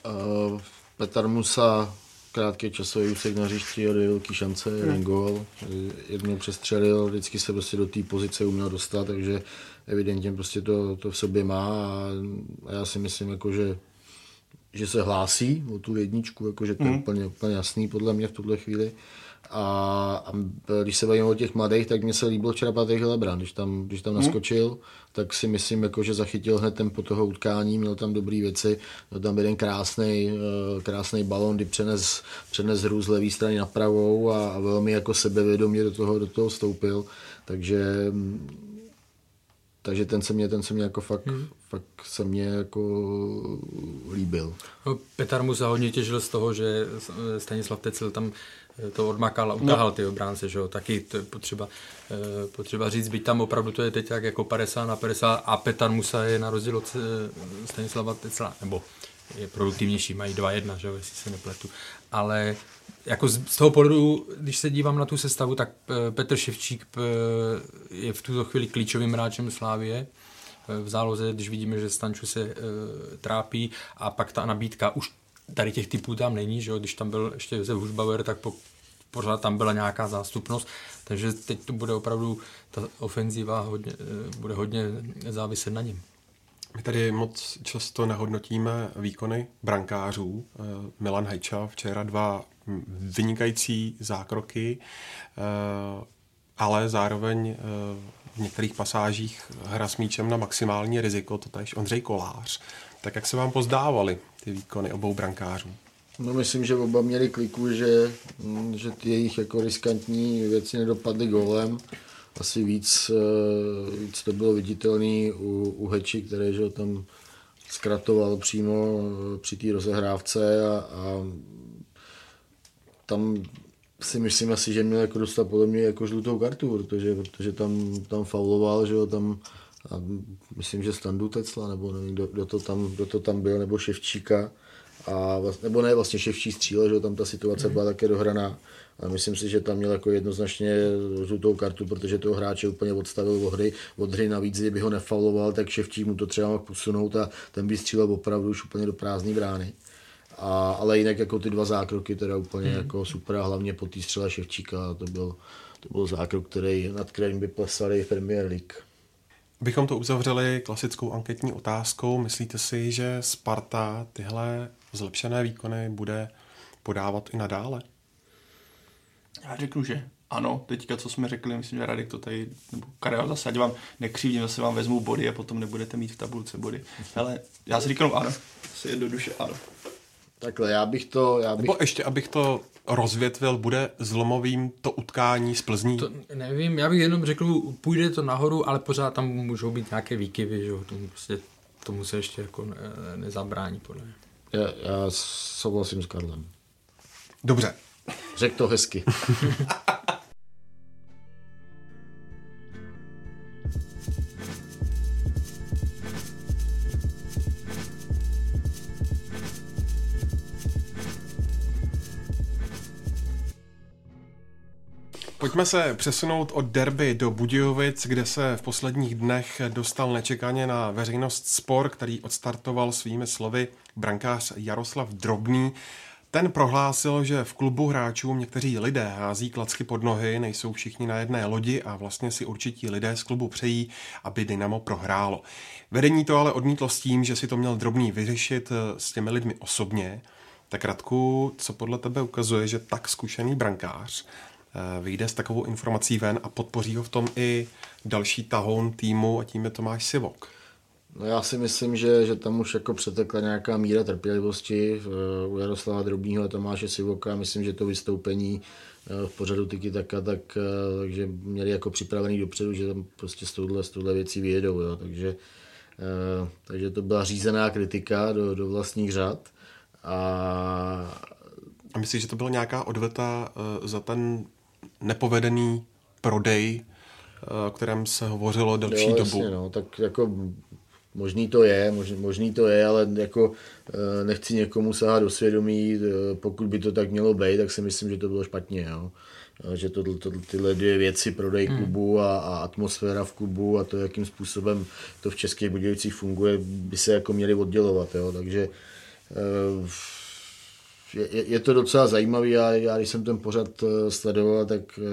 Petar Musa, krátký časový úsek na hřišti a 2 velký šance, 1 gól, jednou přestřelil, vždycky se prostě do té pozice uměl dostat, takže evidentně prostě to v sobě má a já si myslím, jako, že se hlásí o tu jedničku, jakože to je úplně jasný podle mě v tuhle chvíli. A když se bavíme o těch mladých, tak mně se líbil včera Patrik Hillebrand, když tam naskočil, tak si myslím, jako, že zachytil hned tempo toho utkání, měl tam dobrý věci, měl tam jeden krásný balón, kdy přenes hru z levé strany na pravou a velmi jako sebevědomě do toho vstoupil, takže ten se mě jako fakt se mě jako líbil. Petar Musa hodně těžil z toho, že Stanislav Tecl tam to odmakal a utahal ty obránce, že jo, taky to je potřeba říct, byť tam opravdu to je teď jako 50/50 a Petar Musa je na rozdíl od Stanislava Tecla, nebo je produktivnější, mají 2-1, že jo, jestli se nepletu, ale jako z toho pohledu, když se dívám na tu sestavu, tak Petr Ševčík je v tuto chvíli klíčovým hráčem Slavie v záloze, když vidíme, že Stanču se trápí a pak ta nabídka už tady těch typů tam není, že jo? Když tam byl ještě Josef Hušbauer, tak pořád tam byla nějaká zástupnost, takže teď to bude opravdu, ta ofenziva bude hodně záviset na něm. My tady moc často nehodnotíme výkony brankářů. Milan Hajča včera 2 vynikající zákroky, ale zároveň v některých pasážích hra s míčem na maximální riziko, to též Ondřej Kolář. Tak jak se vám pozdávaly ty výkony obou brankářů? No myslím, že oba měli kliku, že ty jejich jako riskantní věci nedopadly gólem. Asi víc to bylo viditelné u Heči, který že tam zkratoval přímo při té rozehrávce a tam si myslím asi, že měl jako dostat podle mě jako žlutou kartu, protože tam fauloval, že jo, tam a myslím, že Standu Tecla, nebo nevím, kdo to tam byl, nebo Ševčíka nebo ne, vlastně Ševčí střílel, že tam ta situace byla také dohraná. A myslím si, že tam měl jako jednoznačně žlutou kartu, protože toho hráče úplně odstavil od hry navíc, kdyby ho nefauloval, tak Ševčík mu to třeba mohl posunout a ten by střílel opravdu už úplně do prázdné brány. Ale jinak jako ty 2 zákroky teda úplně jako super, a hlavně po té střele Ševčíka to byl zákrok, nad kterým by plesali v Premier League. Bychom to uzavřeli klasickou anketní otázkou. Myslíte si, že Sparta tyhle zlepšené výkony bude podávat i nadále? Já řeknu, že ano. Teďka, co jsme řekli, myslím, že Radek to tady, nebo Karel zase, ať vám nekřivdím, zase vám vezmu body a potom nebudete mít v tabulce body. Ale já si říkám ano. Asi jednoduše ano. Takhle, Nebo ještě, abych to rozvětvil, bude zlomovým to utkání s Plzní? To nevím, já bych jenom řekl, půjde to nahoru, ale pořád tam můžou být nějaké výkyvy, že jo, tomu se ještě jako nezabrání, podle mě. Já souhlasím s Karlem. Dobře. Řekl to hezky. Pojďme se přesunout od derby do Budějovic, kde se v posledních dnech dostal nečekaně na veřejnost spor, který odstartoval svými slovy brankář Jaroslav Drobný. Ten prohlásil, že v klubu hráčům někteří lidé hází klacky pod nohy, nejsou všichni na jedné lodi a vlastně si určití lidé z klubu přejí, aby Dynamo prohrálo. Vedení to ale odmítlo s tím, že si to měl Drobný vyřešit s těmi lidmi osobně. Tak Radku, co podle tebe ukazuje, že tak zkušený brankář vyjde s takovou informací ven a podpoří ho v tom i další tahoun týmu, a tím je Tomáš Sivok? No já si myslím, že tam už jako přetekla nějaká míra trpělivosti u Jaroslava Drobného a Tomáše Sivoka. Myslím, že to vystoupení v pořadu Tiki Taka, takže měli jako připravený dopředu, že tam prostě s touhle věcí vyjedou. Jo. Takže to byla řízená kritika do vlastních řad. A myslíš, že to byla nějaká odveta za ten nepovedený prodej, o kterém se hovořilo delší dobu? Jasně, no, tak jako možný to je, ale jako nechci někomu sahat do svědomí, pokud by to tak mělo být, tak si myslím, že to bylo špatně, jo. Že tyhle 2 věci, prodej klubu a atmosféra v klubu a to, jakým způsobem to v Českých Budějovicích funguje, by se jako měly oddělovat, jo. Takže je to docela zajímavý. Já když jsem ten pořad sledoval,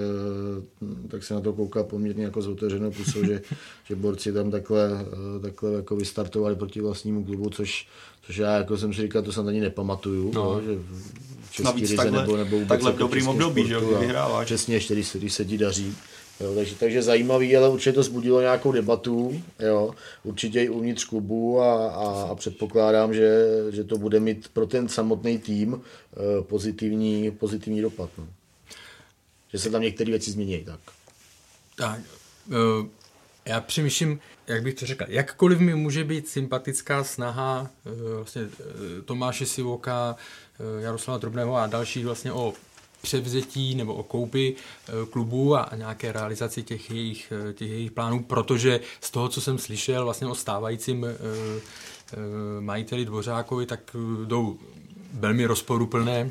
tak se na to koukal poměrně jako s otevřenou pusou, že borci tam takhle jako vystartovali proti vlastnímu klubu, což já jako jsem si říkal, to jsem ani nepamatuju, že v České lize nebo vůbec takhle v dobrým období, že vyhráváš. Přesně, ještě když se ti daří. Jo, takže zajímavý, ale určitě to vzbudilo nějakou debatu, jo, určitě i uvnitř klubu a předpokládám, že to bude mít pro ten samotný tým pozitivní dopad. No. Že se tam některé věci změní. Tak, já přemýšlím, jak bych to řekl, jakkoliv mi může být sympatická snaha vlastně Tomáše Sivoka, Jaroslava Drobného a dalších vlastně o převzetí nebo o koupi klubů a nějaké realizaci těch jejich plánů, protože z toho, co jsem slyšel vlastně o stávajícím majiteli Dvořákovi, tak jdou velmi rozporuplné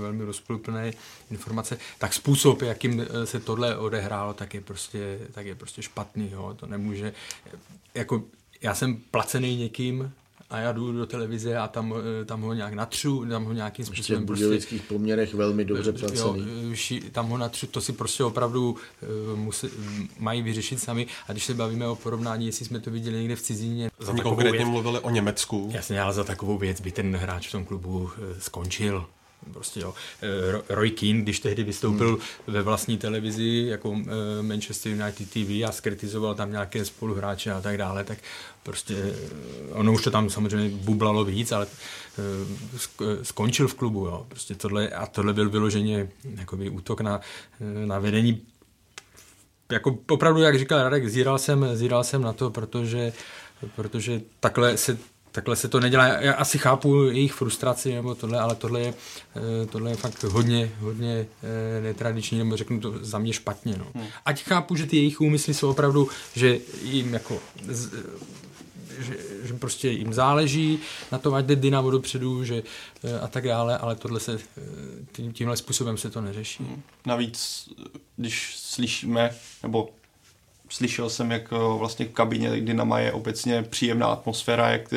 informace, tak způsob, jakým se tohle odehrálo, tak je prostě špatný. Jo? To nemůže, jako já jsem placený někým a já jdu do televize a tam ho nějak natřu, tam ho nějakým způsobem v budějovických poměrech velmi dobře placený. Tam ho natřu, to si prostě opravdu mají vyřešit sami. A když se bavíme o porovnání, jestli jsme to viděli někde v cizině. Konkrétně mluvili o Německu. Jasně, ale za takovou věc by ten hráč v tom klubu skončil. Prostě jo. Roy Keane, když tehdy vystoupil ve vlastní televizi jako Manchester United TV a skritizoval tam nějaké spoluhráče a tak dále, tak prostě ono už to tam samozřejmě bublalo víc, ale skončil v klubu. Jo. Prostě tohle byl vyloženě jakoby útok na vedení. Jako opravdu, jak říkal Radek, zíral jsem na to, protože takhle se to nedělá. Já asi chápu jejich frustraci nebo tohle, ale tohle je fakt hodně netradiční, nebo řeknu to za mě špatně. No. Ať chápu, že ty jejich úmysly jsou opravdu, že jim jako že prostě jim záleží na tom, ať jde Dynamo dopředu, že a tak dále, ale tohle se tímhle způsobem se to neřeší. Navíc, když slyšíme, nebo slyšel jsem, jak vlastně v kabině Dynama je obecně příjemná atmosféra, jak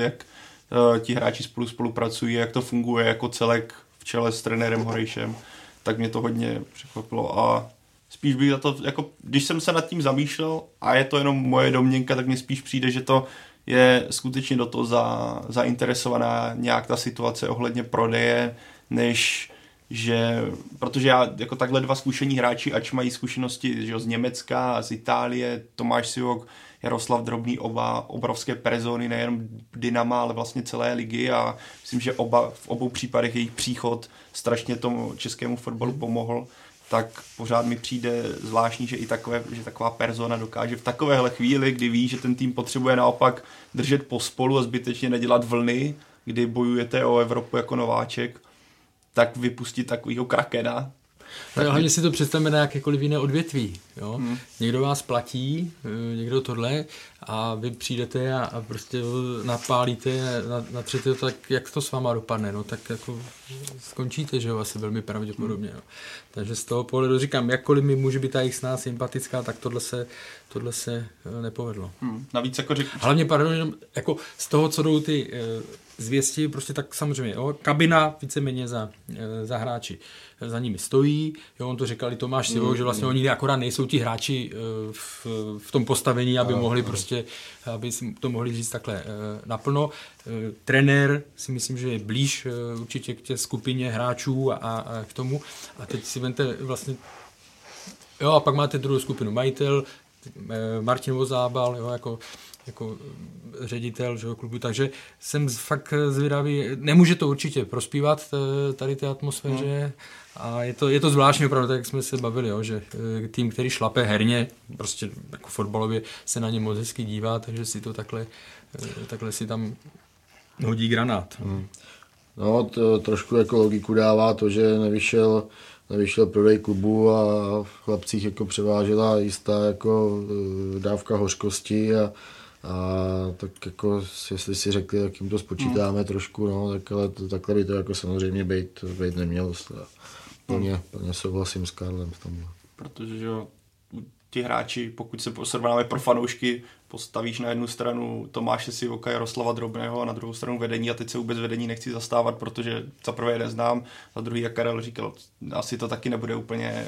ti hráči spolupracují, jak to funguje jako celek v čele s trenérem Horejšem, tak mě to hodně překvapilo a spíš bych za to, jako když jsem se nad tím zamýšlel a je to jenom moje domněnka, tak mně spíš přijde, že to je skutečně do toho zainteresovaná nějak ta situace ohledně prodeje, než že, protože já jako takhle dva zkušení hráči, ač mají zkušenosti že z Německa, z Itálie, Tomáš Sivok, Jaroslav Drobný, oba obrovské persony, nejenom Dynama, ale vlastně celé ligy a myslím, že v obou případech jejich příchod strašně tomu českému fotbalu pomohl, tak pořád mi přijde zvláštní, že že taková persona dokáže v takovéhle chvíli, kdy ví, že ten tým potřebuje naopak držet pospolu a zbytečně nedělat vlny, kdy bojujete o Evropu jako nováček, tak vypustit takovýho krakena. No, hlavně si to představíme na jakékoliv jiné odvětví. Jo? Někdo vás platí, někdo tohle a vy přijdete a prostě napálíte, natřete to, tak jak to s váma dopadne, no tak jako skončíte, že jo, asi velmi pravděpodobně. No. Takže z toho pohledu říkám, jakkoliv mi může být ta jejich sná sympatická, tak tohle se nepovedlo. Navíc jako hlavně, pardon, jako z toho, co jdou ty zvěsti, prostě tak samozřejmě, jo, kabina víceméně za hráči za nimi stojí, jo, on to říkal i Tomáš Sivok, že vlastně oni akorát nejsou ti hráči v tom postavení, aby mohli prostě, aby to mohli říct takhle naplno. Trenér si myslím, že je blíž určitě k té skupině hráčů a k tomu. A teď si vemte vlastně, jo, a pak máte druhou skupinu, majitel, Martin Vozábal, jo, jako ředitel, že, klubu, takže jsem fakt zvědavý, nemůže to určitě prospívat tady té atmosféře a je to zvláštní opravdu, tak jak jsme se bavili, jo, že tým, který šlape herně, prostě jako fotbalově se na ně moc hezky dívá, takže si to takhle si tam hodí granát. No, to trošku jako logiku dává to, že nevyšel prodej klubu a v chlapcích jako převážela jistá jako dávka hořkosti a tak jako, jestli si řekli, jak jim to spočítáme trošku, no, tak ale takhle by to jako samozřejmě být nemělo. Plně souhlasím s Karlem v tomhle. Protože že ti hráči, pokud se srovnáme pro fanoušky, postavíš na jednu stranu Tomáše Sivoka, Jaroslava Drobného a na druhou stranu vedení a teď se vůbec vedení nechci zastávat, protože za prvé je neznám, za druhý, jak Karel říkal, asi to taky nebude úplně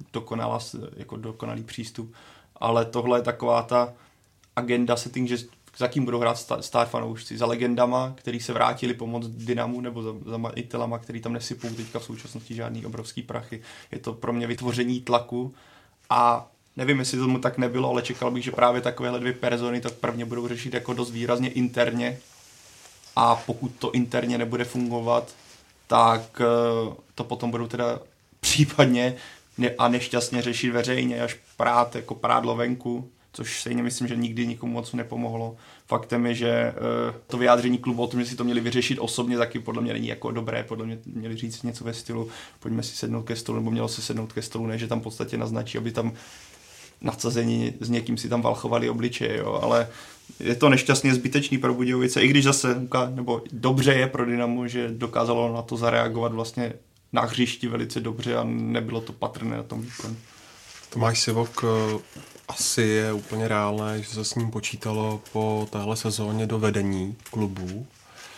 dokonalý přístup, ale tohle je taková ta agenda setting, že za kým budou hrát stát fanoušci, za legendama, který se vrátili pomoct Dynamu nebo za majitelama, který tam nesypou teďka v současnosti žádný obrovský prachy. Je to pro mě vytvoření tlaku a nevím, jestli tomu tak nebylo, ale čekal bych, že právě takovéhle dvě persony tak prvně budou řešit jako dost výrazně interně a pokud to interně nebude fungovat, tak to potom budou teda případně a nešťastně řešit veřejně, až prádlo venku, což stejně myslím, že nikdy nikomu moc nepomohlo. Faktem je, že to vyjádření klubu o tom, že si to měli vyřešit osobně, taky podle mě není jako dobré, podle mě měli říct něco ve stylu, pojďme si sednout ke stolu, nebo mělo se sednout ke stolu, ne, že tam v podstatě naznačí, aby tam nadsazení s někým si tam valchovali obličeje, jo, ale je to nešťastně zbytečný pro Budějovice, i když zase, nebo dobře je pro Dynamo, že dokázalo na to zareagovat vlastně na hřišti velice dobře a nebylo to patrné na tom výkonu. Tomáš Sivok asi je úplně reálné, že se s ním počítalo po téhle sezóně do vedení klubu.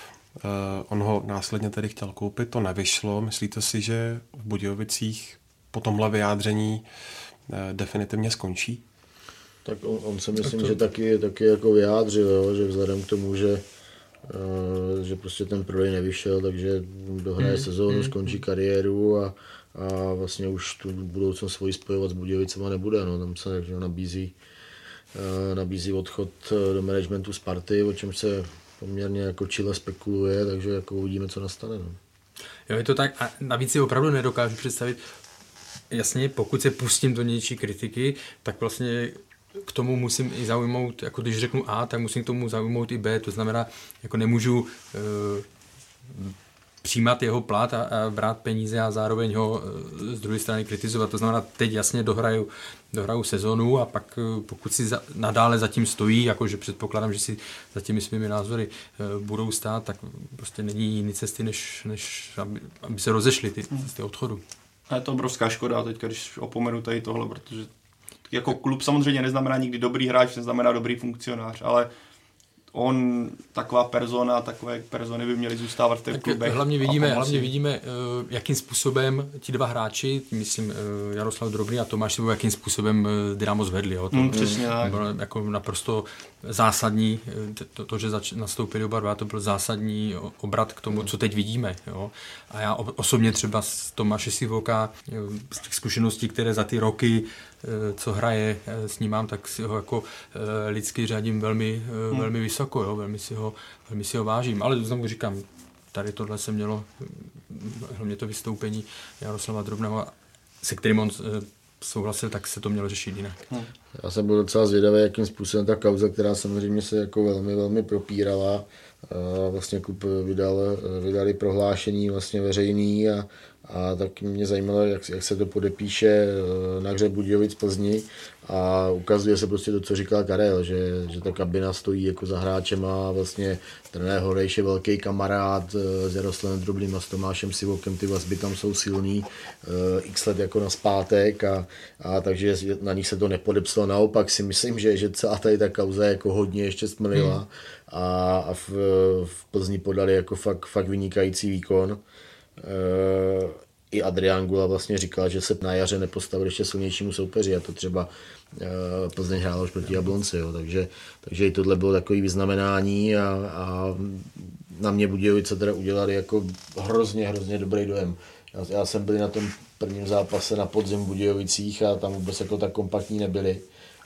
On ho následně tedy chtěl koupit, to nevyšlo. Myslíte si, že v Budějovicích po tomhle vyjádření definitivně skončí? Tak on se myslím, že taky jako vyjádřil, jo, že vzhledem k tomu, že prostě ten prodej nevyšel, takže dohraje sezónu, skončí kariéru a vlastně už tu budoucnost svoji spojovat s Budějovicema nebude. No, tam se nabízí odchod do managementu Sparty, o čem se poměrně jako čile spekuluje, takže jako uvidíme, co nastane. No. Jo, je to tak a navíc si opravdu nedokážu představit, jasně, pokud se pustím do něčí kritiky, tak vlastně k tomu musím i zaujmout, jako když řeknu A, tak musím k tomu zaujmout i B, to znamená, jako nemůžu přijímat jeho plat a brát peníze a zároveň ho z druhé strany kritizovat. To znamená, teď jasně dohraju sezonu a pak pokud si nadále zatím stojí, jakože předpokládám, že si za těmi svými názory budou stát, tak prostě není jiný cesty, než aby se rozešly ty cesty odchodu. A je to obrovská škoda teďka, když opomenu tady tohle, protože jako klub samozřejmě neznamená nikdy dobrý hráč, neznamená dobrý funkcionář, ale on, taková persona, takové persony by měly zůstávat v těch klubech. Hlavně vidíme, jakým způsobem ti dva hráči, myslím Jaroslav Drobný a Tomáš Sivok, jakým způsobem Dynamo zvedli. Jo. Přesně tak. Bylo jako naprosto zásadní, to, že nastoupili oba dva, to byl zásadní obrat k tomu, co teď vidíme. Jo. A já osobně třeba z Tomáše Sivoka, z těch zkušeností, které za ty roky, co hraje, s ním mám, tak si ho jako lidsky řadím velmi vysoko, jo, velmi si ho vážím. Ale znovu říkám, tady tohle se mělo, hlavně to vystoupení Jaroslava Drobného, se kterým on souhlasil, tak se to mělo řešit jinak. Já jsem byl docela zvědavý, jakým způsobem ta kauza, která samozřejmě se jako velmi propírala. Vlastně klub vydali prohlášení vlastně veřejný a tak mě zajímalo, jak se to podepíše na hře Budějovic Plzni a ukazuje se prostě to, co říkal Karel, že ta kabina stojí jako za hráčem a vlastně trenér Holejš je velký kamarád s Jaroslavem Drobným a s Tomášem Sivokem, ty vazby tam jsou silný, x let jako nazpátek a takže na nich se to nepodepsalo. Naopak si myslím, že celá tady ta kauza jako hodně ještě smrlila a v Plzni podali jako fakt vynikající výkon. I Adrián Gula vlastně říkal, že se na jaře nepostavil ještě silnějšímu soupeři a to třeba Plzeň hrála už proti Jablonci, jo. Takže i tohle bylo takový vyznamenání a na mě Budějovice teda udělali jako hrozně dobrý dojem. Já jsem byl na tom prvním zápase na podzim v Budějovicích a tam vůbec jako tak kompaktní nebyli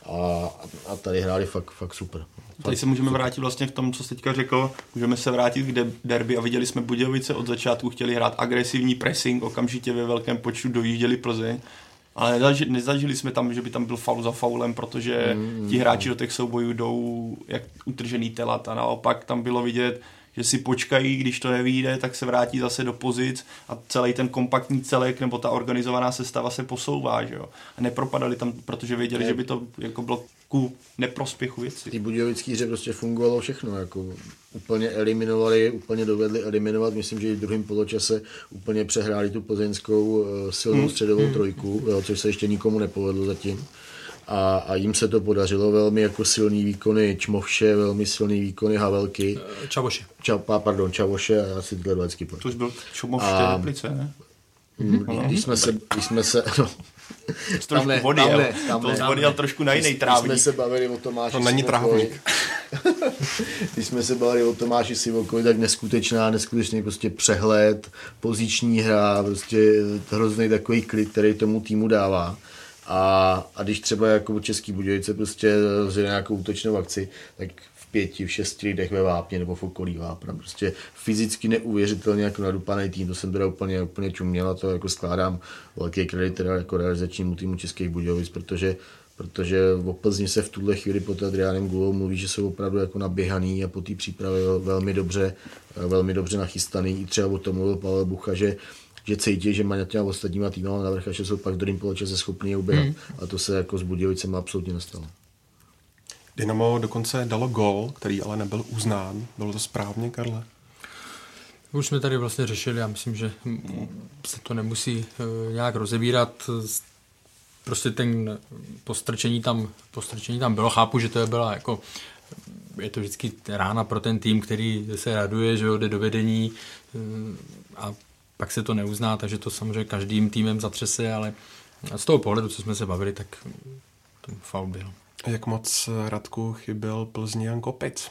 a tady hráli fakt super. Tady se můžeme vrátit vlastně v tom, co jsi teďka řekl, můžeme se vrátit k derby a viděli jsme Budějovice od začátku, chtěli hrát agresivní pressing, okamžitě ve velkém počtu dojížděli Plzeň, ale nezažili jsme tam, že by tam byl faul za faulem, protože ti hráči do těch soubojů jdou jak utržený telat a naopak tam bylo vidět, že si počkají, když to nevyjde, tak se vrátí zase do pozic a celý ten kompaktní celek nebo ta organizovaná sestava se posouvá, že jo. A nepropadali tam, protože věděli, že by to jako bylo ku neprospěchu věci. Ty budějovický hře prostě fungovalo všechno, jako úplně eliminovali, úplně dovedli eliminovat, myslím, že i v druhém poločase úplně přehráli tu plzeňskou silnou středovou trojku, jo, což se ještě nikomu nepovedlo zatím. A jim se to podařilo, velmi jako silný výkony Čmovše, velmi silný výkony Havelky. Čavoše. Čavoše, a já si tyhle dva vždycky To už byl Čmovš v té replice, ne? Když jsme se no, trošku vody, jel trošku na jiný trávník. Když jsme se bavili o Tomáši to není trávník. Když jsme se bavili o Tomáši Sivokovi, tak neskutečný prostě přehled, poziční hra, prostě hrozný takový klid, který tomu týmu dává. A když třeba jako Český Budějovice prostě zjede nějakou útočnou akci, tak v 5, v 6 lidech ve Vápně nebo v okolí Vápna. Prostě fyzicky neuvěřitelně jako nadupaný tým, to jsem teda úplně čuměl a to jako skládám velký kredit teda jako realizačnímu týmu Českých Budějovic, protože o Plzni se v tuhle chvíli pod Adriánem Gulou mluví, že jsou opravdu jako naběhaný a po té přípravě velmi dobře nachystaný. I třeba o tom mluvil Pavel Bucha, že cítí, že mají těma ostatníma týmama navrch a že jsou pak v druhém poločase schopni je uběhat. A to se jako s Budějovicema absolutně nestalo. Dynamo dokonce dalo gól, který ale nebyl uznán. Bylo to správně, Karle? Už jsme tady vlastně řešili, já myslím, že se to nemusí nějak rozebírat. Prostě ten postrčení tam bylo. Chápu, že to byla jako je to vždycky rána pro ten tým, který se raduje, že jde do vedení a pak se to neuzná, takže to samozřejmě každým týmem zatřese, ale z toho pohledu, co jsme se bavili, tak ten faul byl. Jak moc, Radku, chyběl Plzni Jan Kopic?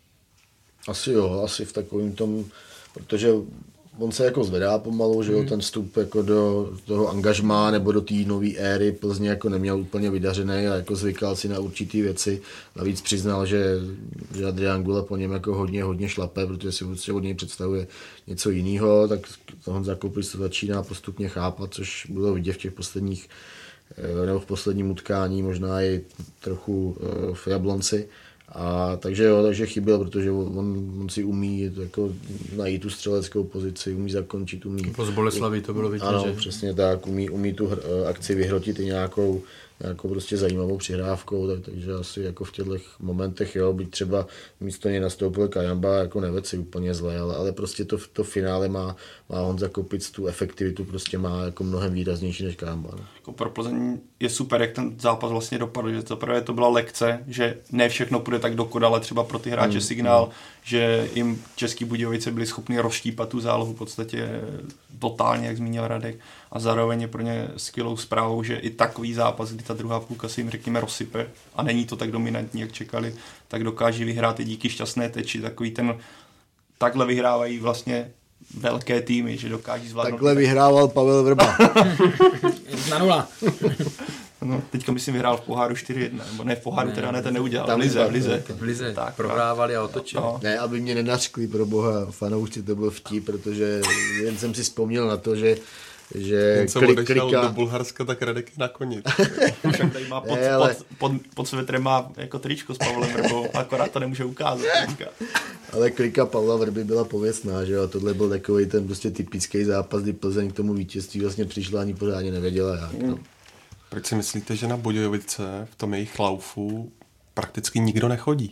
Asi v takovém tom, protože on se jako zvedá pomalu, že jo, ten vstup jako do toho angažmá nebo do té nové éry Plzně jako neměl úplně vydařený a jako zvykal si na určitý věci. Navíc přiznal, že Adrián Gula po něm jako hodně šlape, protože si prostě od něj představuje něco jiného, tak Honza Kopic to začíná postupně chápat, což bylo vidět v těch posledních nebo v posledním utkání, možná i trochu v Jablonci. A takže chyběl, protože on si umí jako najít tu střeleckou pozici, umí zakončit, umí... Z Boleslavy to bylo vidět, ano, že... přesně tak, umí tu akci vyhrotit i nějakou prostě zajímavou přihrávkou, takže asi jako v těchto momentech, jo, byť třeba místo něj nastoupil Kajamba, jako neveci úplně zle, ale prostě to finále má Honza Kopic, tu efektivitu prostě má jako mnohem výraznější než Kajamba. Ne? Jako pro Plzeň je super, jak ten zápas vlastně dopadl, že to byla lekce, že ne všechno půjde tak dokonale, třeba pro ty hráče signál, že jim Český Budějovice byli schopni rozštípat tu zálohu v podstatě totálně, jak zmínil Radek, a zároveň je pro ně skvělou zprávou, že i takový zápas, kdy ta druhá půlka si jim, řekněme, rozsype a není to tak dominantní, jak čekali, tak dokáží vyhrát i díky šťastné teči. Takhle vyhrávají vlastně velké týmy, že dokáží zvládnout. Takhle vyhrával Pavel Vrba. 1-0. No, teďka myslím vyhrál v poháru 4-1, nebo ne v poháru, ten neudělal, tam v lize. Tak, prohrávali a otočili. No. Ne, aby mě nenařkli, pro boha, fanoušci, to byl vtip, protože jen jsem si vzpomněl na to, že jsem odešel do Bulharska, tak Radek je na koni. Však tady má pod svetrem má jako tričko s Pavlem Vrbou, akorát to nemůže ukázat. Ale klika Pavla Vrby byla pověstná, že jo, a tohle byl takový ten prostě typický zápas, kdy Plzeň k tomu vítězství vlastně přišla, ani pořádně nevěděla jak. No. Proč si myslíte, že na Budějovice v tom jejich laufu prakticky nikdo nechodí?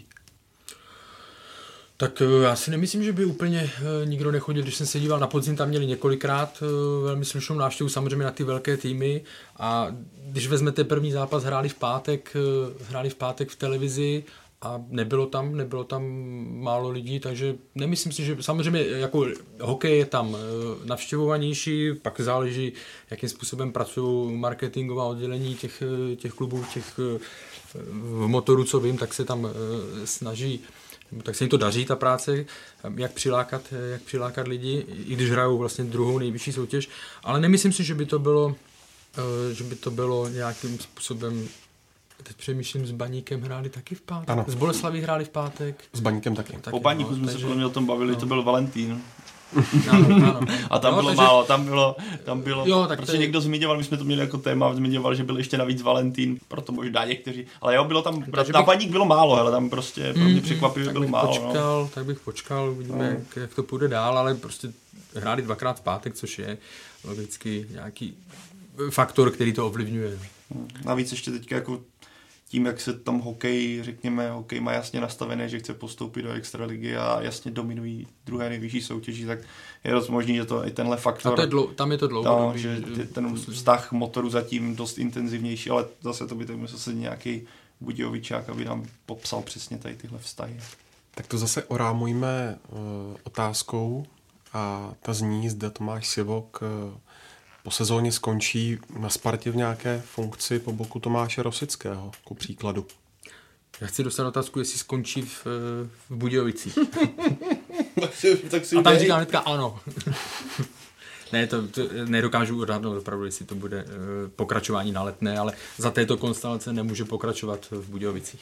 Tak já si nemyslím, že by úplně nikdo nechodil. Když jsem se díval na podzim, tam měli několikrát velmi slušnou návštěvu, samozřejmě na ty velké týmy, a když vezmete první zápas, hráli v pátek v televizi a nebylo tam málo lidí, takže nemyslím si, že samozřejmě jako hokej je tam navštěvovanější, pak záleží, jakým způsobem pracují marketingová oddělení těch klubů, v motoru, co vím, tak se tam snaží, tak se jim to daří, ta práce, jak přilákat lidi, i když hrajou vlastně druhou nejvyšší soutěž, ale nemyslím si, že by to bylo nějakým způsobem. Teď přemýšlím, s Baníkem hráli taky v pátek. Ano. S Boleslaví hráli v pátek. S Baníkem taky. Po Baníku jsme se podle mě o tom bavili, to byl Valentín. Ano. A tam bylo málo, tam bylo, jo, tak protože někdo zmiňoval, my jsme to měli jako téma, zmiňoval, že byl ještě navíc Valentín, proto možná někteří, ale jo, bylo tam, na Baník bylo málo, hele, tam prostě pro mě překvapivě bylo málo. Tak bych počkal, uvidíme, jak to půjde dál, ale prostě hráli dvakrát v pátek, což je logicky nějaký faktor, který to ovlivňuje. Navíc ještě teďka jako tím, jak se tam hokej má jasně nastavené, že chce postoupit do extraligy a jasně dominují druhé nejvyšší soutěží, tak je dost možný, že to i tenhle faktor... A tam je to dlouhodobý. Že ten vztah motoru zatím dost intenzivnější, ale zase to by tak musel se nějaký Budějovičák, aby nám popsal přesně tady tyhle vztahy. Tak to zase orámujme otázkou a ta zní, zda Tomáš Sivok po sezóně skončí na Spartě v nějaké funkci po boku Tomáše Rosického, ku příkladu. Já chci dostat otázku, jestli skončí v Budějovicích. tak a tam říkám hnedka ano. Ne, to nedokážu odhadnout opravdu, jestli to bude pokračování na Letné, ale za této konstelace nemůže pokračovat v Budějovicích.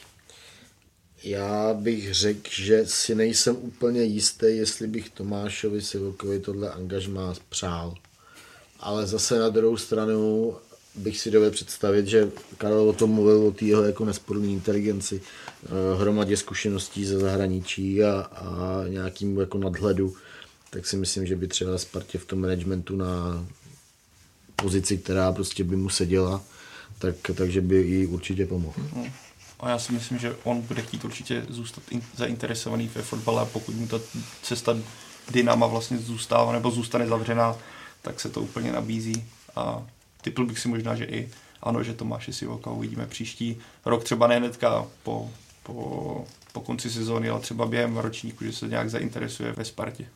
Já bych řekl, že si nejsem úplně jistý, jestli bych Tomášovi Sivokovi tohle angažmá přál. Ale zase na druhou stranu bych si dovedl představit, že Karel o tom mluvil, o té jeho jako nesporné inteligenci, hromadě zkušeností ze zahraničí a nějakým jako nadhledu, tak si myslím, že by třeba Spartě v tom managementu na pozici, která prostě by mu seděla, takže by jí určitě pomohl. A já si myslím, že on bude chtít určitě zůstat zainteresovaný ve fotbale, a pokud mu ta cesta Dynama vlastně zůstává nebo zůstane zavřená, tak se to úplně nabízí. A tipl bych si možná, že i ano, že Tomáše Sivoka uvidíme příští rok, třeba ne hnedka po konci sezóny, ale třeba během ročníku, že se nějak zainteresuje ve Spartě.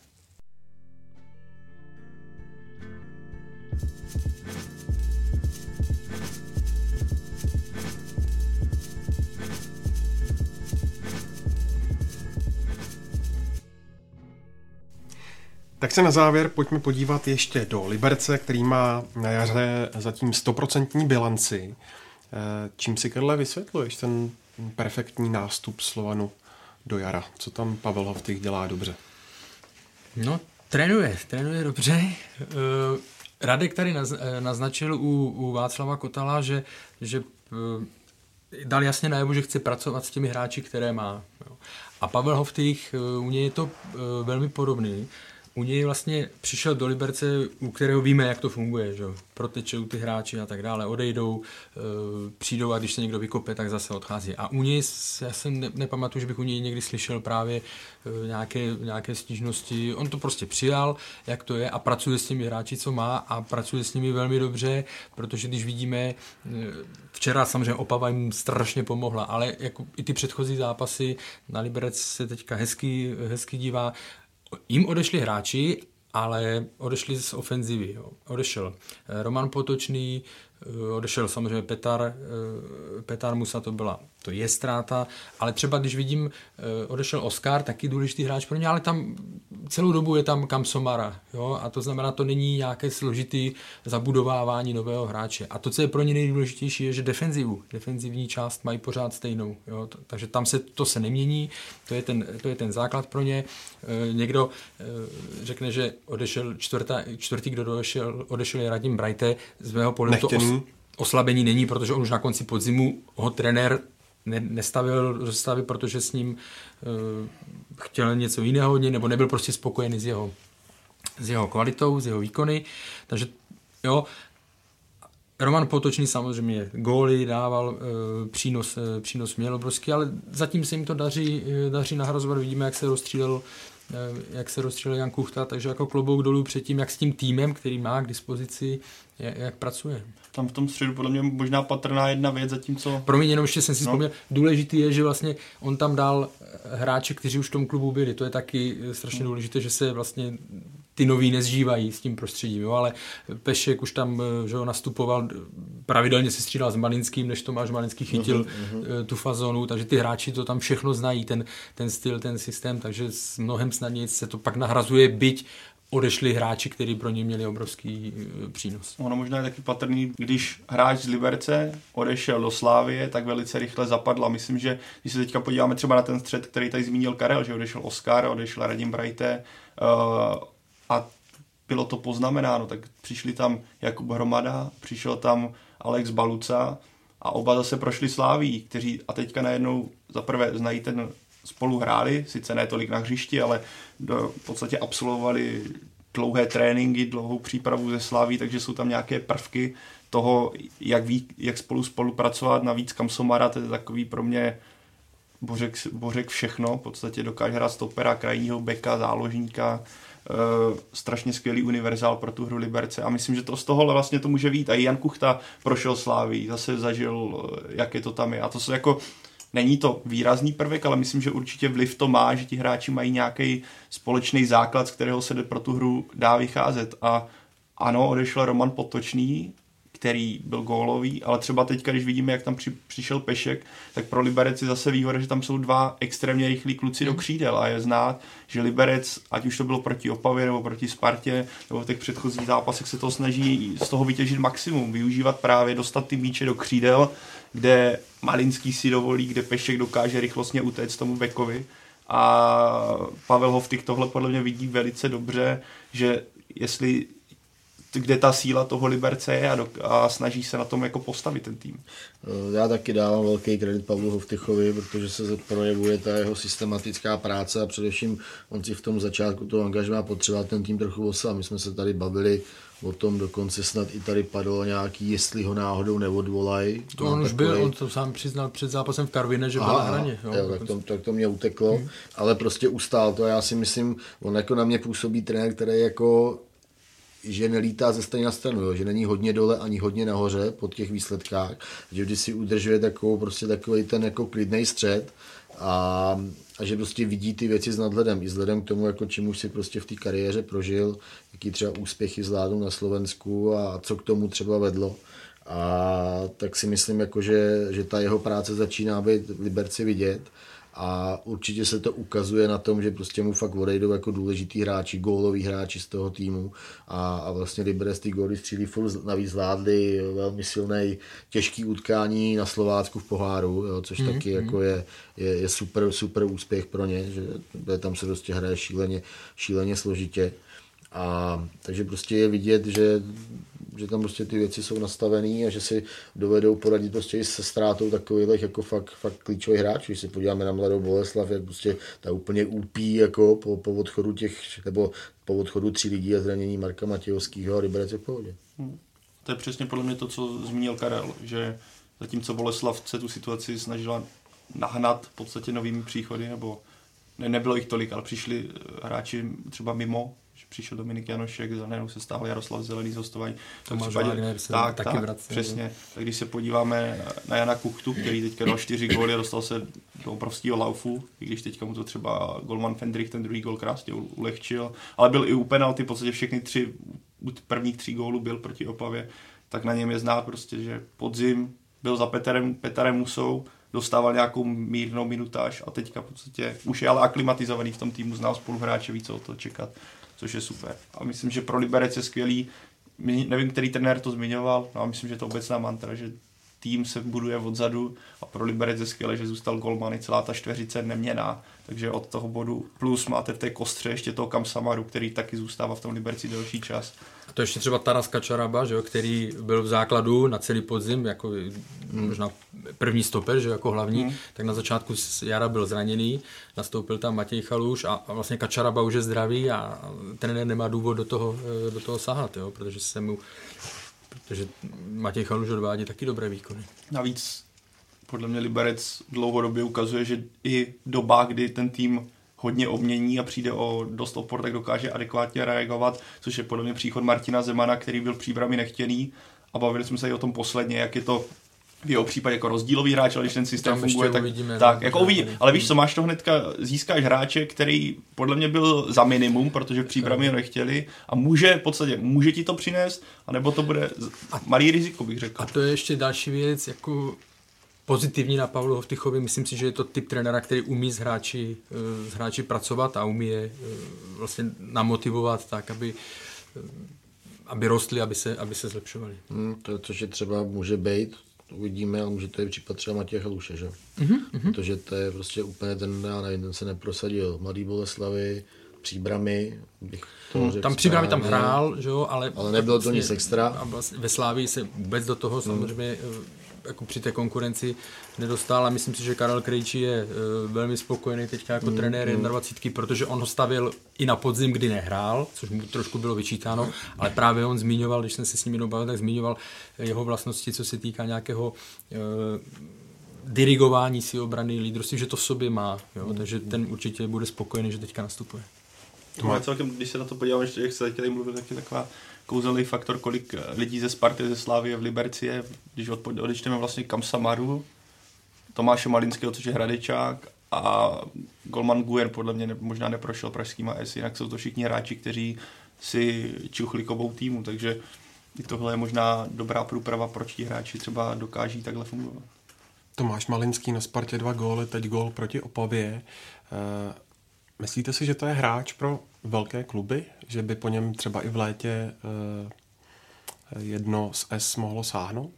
Tak se na závěr pojďme podívat ještě do Liberce, který má na jaře zatím 100% bilanci. Čím si, Karle, vysvětluješ ten perfektní nástup Slovanu do jara? Co tam Pavel Hovtych dělá dobře? No, trénuje dobře. Radek tady naznačil u Václava Kotala, že dal jasně najevo, že chce pracovat s těmi hráči, které má. Jo. A Pavel Hoftych, u něj je to velmi podobný. U něj vlastně přišel do Liberce, u kterého víme, jak to funguje, že protečou ty hráči a tak dále, odejdou, přijdou a když se někdo vykope, tak zase odchází. A u něj, já se nepamatuju, že bych u něj někdy slyšel právě nějaké stížnosti. On to prostě přijal, jak to je a pracuje s těmi hráči, co má a pracuje s nimi velmi dobře, protože když vidíme, včera samozřejmě Opava jim strašně pomohla, ale jako i ty předchozí zápasy na Liberec se teďka hezky dívá. Jim odešli hráči, ale odešli z ofenzivy. Jo. Odešel Roman Potočný, odešel samozřejmě Petar Musa, to je ztráta, ale třeba když vidím, odešel Oskar, taky důležitý hráč pro ně, ale tam celou dobu je tam Kamsomara, jo, a to znamená, to není nějaké složitý zabudovávání nového hráče. A to, co je pro ně nejdůležitější, je, že defenzivní část mají pořád stejnou, jo, takže tam to se nemění, to je ten základ pro ně. Někdo řekne, že odešel čtvrtý, kdo odešel je Radim Brajte, z mého pohledu to oslabení není, protože on už na konci podzimu ho trenér nestavil do sestavy, protože s ním chtěl něco jiného, nebo nebyl prostě spokojený s jeho kvalitou, s jeho výkony. Takže jo, Roman Potočný samozřejmě góly dával, přínos měl obrovský, ale zatím se jim to daří nahrazovat. Vidíme, jak se rozstřílel Jan Kuchta, takže jako klobouk dolů před tím, jak s tím týmem, který má k dispozici, jak pracuje. Tam v tom středu podle mě možná patrná jedna věc, zatímco... Promiň, jenom ještě jsem si vzpomněl, důležitý je, že vlastně on tam dal hráče, kteří už v tom klubu byli. To je taky strašně důležité, že se vlastně ty noví nezžívají s tím prostředím, jo? Ale Pešek už tam, že ho nastupoval, pravidelně se střídal s Malinským, než Tomáš Malinský chytil tu fazonu, takže ty hráči to tam všechno znají, ten styl, ten systém, takže mnohem snadněji se to pak nahrazuje, byť odešli hráči, kteří pro ně měli obrovský přínos. Ono možná je taky patrný, když hráč z Liberce odešel do Slávie, tak velice rychle zapadla. Myslím, že když se teďka podíváme třeba na ten střed, který tady zmínil Karel, že odešel Oskar, odešel Radim Brajte a bylo to poznamenáno, tak přišli tam Jakub Hromada, přišel tam Alex Baluca a oba zase prošli Sláví, kteří a teďka najednou zaprvé znají spolu hráli, sice ne tolik na hřišti, ale v podstatě absolvovali dlouhé tréninky, dlouhou přípravu ze Sláví, takže jsou tam nějaké prvky toho, jak spolupracovat. Navíc Kamsomara, to je takový pro mě bořek všechno, v podstatě dokáže hrát stopera, krajního beka, záložníka, strašně skvělý univerzál pro tu hru Liberce a myslím, že to z tohohle vlastně to může vyjít. A i Jan Kuchta prošel Sláví, zase zažil, jak je to tam je. A to jsou jako není to výrazný prvek, ale myslím, že určitě vliv to má, že ti hráči mají nějaký společný základ, z kterého se pro tu hru dá vycházet. A ano, odešel Roman Potočný, který byl gólový, ale třeba teďka, když vidíme, jak tam přišel Pešek, tak pro Liberec je zase výhoda, že tam jsou dva extrémně rychlí kluci do křídel a je znát, že Liberec, ať už to bylo proti Opavě nebo proti Spartě, nebo v těch předchozích zápasech se to snaží z toho vytěžit maximum, využívat právě, dostat ty míče do křídel, kde Malinský si dovolí, kde Pešek dokáže rychlostně utéct tomu bekovi a Pavel Hoftych tohle podle mě vidí velice dobře, že jestli kde ta síla toho Liberce je a snaží se na tom jako postavit ten tým. Já taky dávám velký kredit Pavlu Hovtychovi, protože se projevuje ta jeho systematická práce a především on si v tom začátku toho angažmá potřeba ten tým trochu osa. My jsme se tady bavili o tom, dokonce snad i tady padlo nějaký, jestli ho náhodou neodvolají. To on už byl, on to sám přiznal před zápasem v Karviné, že byl na hraně. Tak to mě uteklo, ale prostě ustál to a já si myslím, on jako na mě působí trenér, který jako že nelítá ze strany na stranu, jo? Že není hodně dole ani hodně nahoře po těch výsledkách, že vždy si udržuje takový ten jako klidnej střed a že prostě vidí ty věci s nadhledem, i vzhledem k tomu, jako čím už si prostě v té kariéře prožil, jaký třeba úspěchy zvládl na Slovensku a co k tomu třeba vedlo. A tak si myslím, jako, že ta jeho práce začíná být v Liberci vidět. A určitě se to ukazuje na tom, že prostě mu fakt odejdou jako důležitý hráči, góloví hráči z toho týmu a vlastně Liberec ty góly střílí furt, navíc zvládli velmi silný těžký utkání na Slovácku v poháru, jo, což taky jako je super úspěch pro ně, že tam se prostě hraje šíleně složitě. A takže prostě je vidět, tam prostě ty věci jsou nastavený a že si dovedou poradit prostě i se ztrátou takových jako fakt klíčových hráčů. Když se podíváme na Mladou Boleslav, jak prostě ta úplně úpí jako po odchodu po odchodu 3 lidí a zranění Marka Matějovského a Liberec je v pohodě. To je přesně podle mě to, co zmínil Karel, že zatímco Boleslav se tu situaci snažila nahnat v podstatě novými příchody, nebo nebylo jich tolik, ale přišli hráči třeba mimo, že přišel Dominik Janošek, za najednou se stáhl Jaroslav Zelený z hostování. Tomáš Wagner se taky vrací. Přesně. Tak když se podíváme na Jana Kuchtu, který teďka dal 4 góly a dostal se do obrovského laufu, i když teďka mu to třeba golman Fendrich ten druhý gól krásně ulehčil, ale byl i u penalty, v podstatě všechny 3, prvních 3 gólů byl proti Opavě, tak na něm je znát prostě, že podzim byl za Petarem Musou, dostával nějakou mírnou minutáž a teďka v podstatě už je ale aklimatizovaný v tom týmu, znal spoluhráče, ví, co o to čekat, což je super. A myslím, že pro Liberec je skvělý, nevím, který trenér to zmiňoval, no a myslím, že to je obecná mantra, že tým se buduje odzadu a pro Liberec je skvělé, že zůstal golman i celá ta čtveřice neměnná, takže od toho bodu plus máte v té kostře ještě toho Kamsamaru, který taky zůstává v tom Liberci delší čas. A to ještě třeba Taras Kačaraba, že jo, který byl v základu na celý podzim, jako možná první stoper, že jako hlavní, tak na začátku jara byl zraněný, nastoupil tam Matěj Chaluš a vlastně Kačaraba už je zdravý a trenér nemá důvod do toho sahat, jo, protože Matěj Chaluš odvádí taky dobré výkony. Navíc podle mě Liberec dlouhodobě ukazuje, že i doba, kdy ten tým hodně obmění a přijde o dost opor, tak dokáže adekvátně reagovat, což je podle mě příchod Martina Zemana, který byl v Příbrami nechtěný a bavili jsme se i o tom posledně, jak je to v jeho případě jako rozdílový hráč, ale když ten systém tam funguje, tak jako uvidíme. Ale víš co, máš to hnedka, získáš hráče, který podle mě byl za minimum, protože v Příbrami ho nechtěli a může ti to přinést, anebo to bude malý riziko, bych řekl. A to je ještě další věc, jako pozitivní na Pavlu Hovtychovi, myslím si, že je to typ trenéra, který umí s hráči pracovat a umí je vlastně namotivovat tak, aby rostli, aby se zlepšovali. To, což je třeba může být, uvidíme, ale může to i případ třeba Matěje Chaluše, že? Protože to je prostě úplně ten se neprosadil. Mladý Boleslavy, Příbrami, tam Příbrami tam hrál, že jo, ale nebylo to vlastně, nic extra. A vlastně ve Slávii se vůbec do toho samozřejmě jako při té konkurenci nedostal a myslím si, že Karel Krejčí je velmi spokojený teďka jako trenér 21, protože on ho stavil i na podzim, kdy nehrál, což mu trošku bylo vyčítáno, ale právě on zmiňoval, když jsem se s ním jednou bavil, tak zmiňoval jeho vlastnosti, co se týká nějakého dirigování si obrany, lídrovství, že to v sobě má, jo? Takže ten určitě bude spokojený, že teďka nastupuje. To celkem, když se na to podíváme, jak se tady mluvil, tak je taková kouzelný faktor, kolik lidí ze Sparty, ze Slávie v Liberci je, když odečteme vlastně Kamsamaru, Tomáše Malinského, což je Hradečák a golman Guer podle mě možná neprošel pražskýma S, jinak jsou to všichni hráči, kteří si čuchli kobou týmu, takže i tohle je možná dobrá průprava, proč ti hráči třeba dokáží takhle fungovat. Tomáš Malinský na Spartě 2 góly, teď gól proti Opavě. Myslíte si, že to je hráč pro velké kluby? Že by po něm třeba i v létě jedno z S mohlo sáhnout?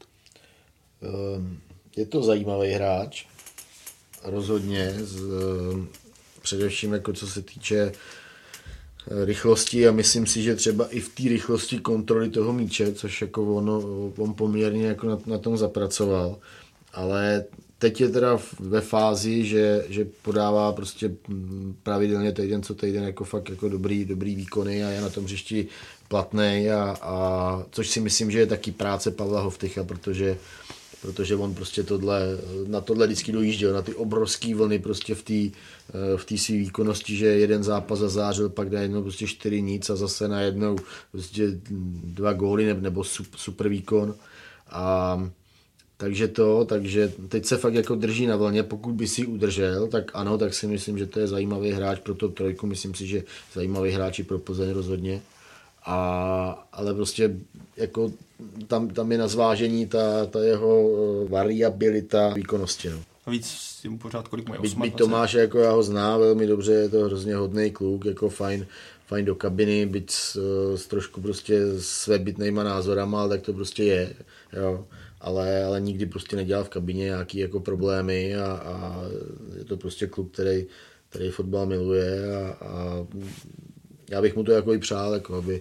Je to zajímavý hráč. Rozhodně. Především jako co se týče rychlosti a myslím si, že třeba i v té rychlosti kontroly toho míče, což jako on poměrně jako na tom zapracoval. Ale teď je teda ve fázi, že podává prostě pravidelně týden co týden jako fakt jako dobrý výkony a je na tom hřišti platnej a což si myslím, že je taky práce Pavla Hovtycha, protože on prostě na tohle vždycky dojížděl, na ty obrovský vlny prostě v té své výkonnosti, že jeden zápas zazářil, pak najednou prostě 4 nic a zase najednou prostě 2 góly nebo super výkon Takže teď se fakt jako drží na vlně, pokud by si udržel, tak ano, tak si myslím, že to je zajímavý hráč pro top 3, myslím si, že zajímavý hráč i pro Plzeň rozhodně, ale prostě jako tam je na zvážení ta jeho variabilita výkonnosti. No. A víc s tím pořád, kolik má 8. Byť Tomáš, jako já ho znám velmi dobře, je to hrozně hodný kluk, jako fajn do kabiny, byť s trošku prostě svébytnejma názorama, ale tak to prostě je, jo. Ale nikdy prostě nedělal v kabině nějaký jako problémy a je to prostě kluk, který fotbal miluje a já bych mu to jako i přál, jako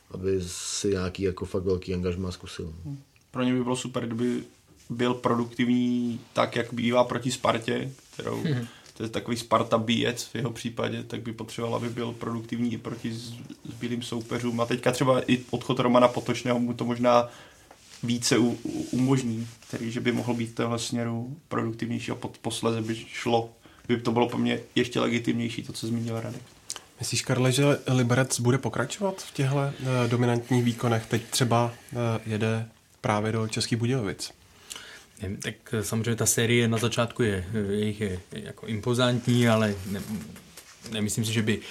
aby si nějaký jako fakt velký angažmá zkusil. Pro ně by bylo super, kdyby byl produktivní tak, jak bývá proti Spartě, kterou to je takový Sparta bíjec v jeho případě, tak by potřeboval, aby byl produktivní i proti zbylým soupeřům. A teďka třeba i odchod Romana Potočného mu to možná více umožní, který, že by mohl být v téhle směru produktivnější a posléze by šlo, by to bylo pro mě ještě legitimnější, to, co zmínil Radek. Myslíš, Karle, že Liberec bude pokračovat v těchto dominantních výkonech? Teď třeba jede právě do Českých Budějovic. Tak samozřejmě ta série na začátku je jako impozantní, ale nemyslím si, že by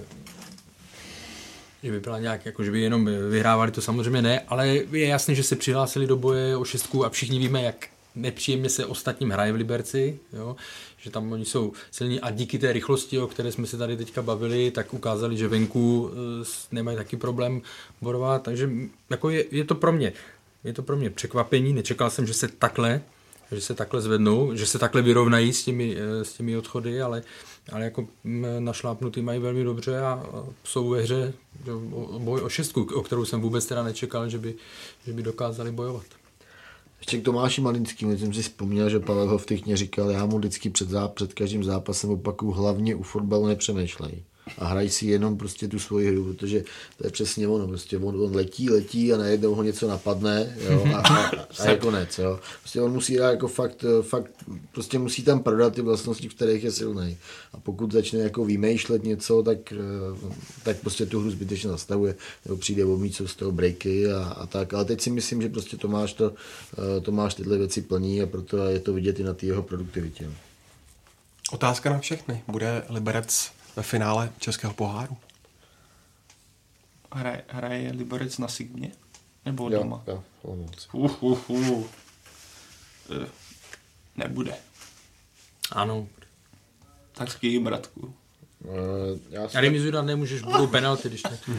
byla nějak, jako že by jenom vyhrávali, to samozřejmě ne, ale je jasné, že se přihlásili do boje o 6 a všichni víme, jak nepříjemně se ostatním hraje v Liberci, jo? Že tam oni jsou silní a díky té rychlosti, o které jsme se tady teďka bavili, tak ukázali, že venku nemají taky problém borovat, takže jako je to pro mě. Je to pro mě překvapení, nečekal jsem, že se takhle zvednou, že se takhle vyrovnají s těmi odchody, ale jako našlápnutý mají velmi dobře a jsou ve hře boj o 6, o kterou jsem vůbec teda nečekal, že by dokázali bojovat. Ještě k Tomáši Malinskému, jsem si vzpomněl, že Pavel ho v těch říkal, já mu vždycky před každým zápasem opakuju, hlavně u fotbalu nepřemýšlej. A hrají si jenom prostě tu svoji hru, protože to je přesně ono, prostě on letí a najednou ho něco napadne, jo, a je konec, jo. Prostě on musí hrát jako fakt, prostě musí tam prodat ty vlastnosti, v kterých je silnej. A pokud začne jako vymýšlet něco, tak prostě tu hru zbytečně zastavuje, nebo přijde o místo z toho breaky a tak. Ale teď si myslím, že prostě Tomáš tyhle věci plní a proto je to vidět i na té jeho produktivitě. Otázka na všechny. Bude Liberec ve finále Českého poháru? Hraje Liberec na Sigmě? Nebo doma? Jo. Nebude. Ano. Tak skýj, bratku. Já remizuji dát nemůžeš, budou penalty, když ne.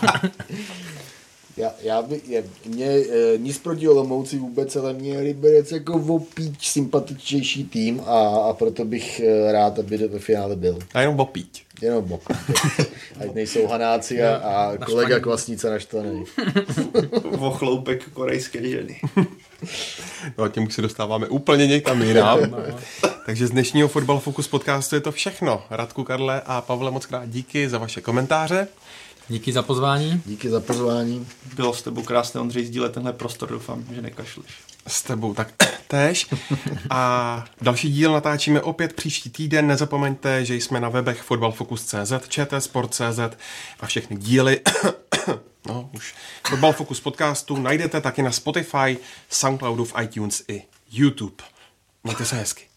Mě nic proti Olomouci vůbec, ale mě Liberec jako opíč sympatičnější tým a proto bych rád, aby ve finále byl. A jenom opíč. Jenom opíč. Ať nejsou Hanáci a kolega Kvasnica naštvaný. O chloupek korejské ženy. No a tím už se dostáváme úplně někam jinam. Takže z dnešního Fotbal Focus podcastu je to všechno. Radku, Karle a Pavle, moc krát díky za vaše komentáře. Díky za pozvání. Díky za pozvání. Bylo s tebou krásné, Ondřej, sdílet tenhle prostor, doufám, že nekašleš. S tebou tak též. A další díl natáčíme opět příští týden. Nezapomeňte, že jsme na webech fotbalfocus.cz, čtsport.cz a všechny díly Fotbal Focus podcastu najdete taky na Spotify, Soundcloudu, v iTunes i YouTube. Mějte se hezky.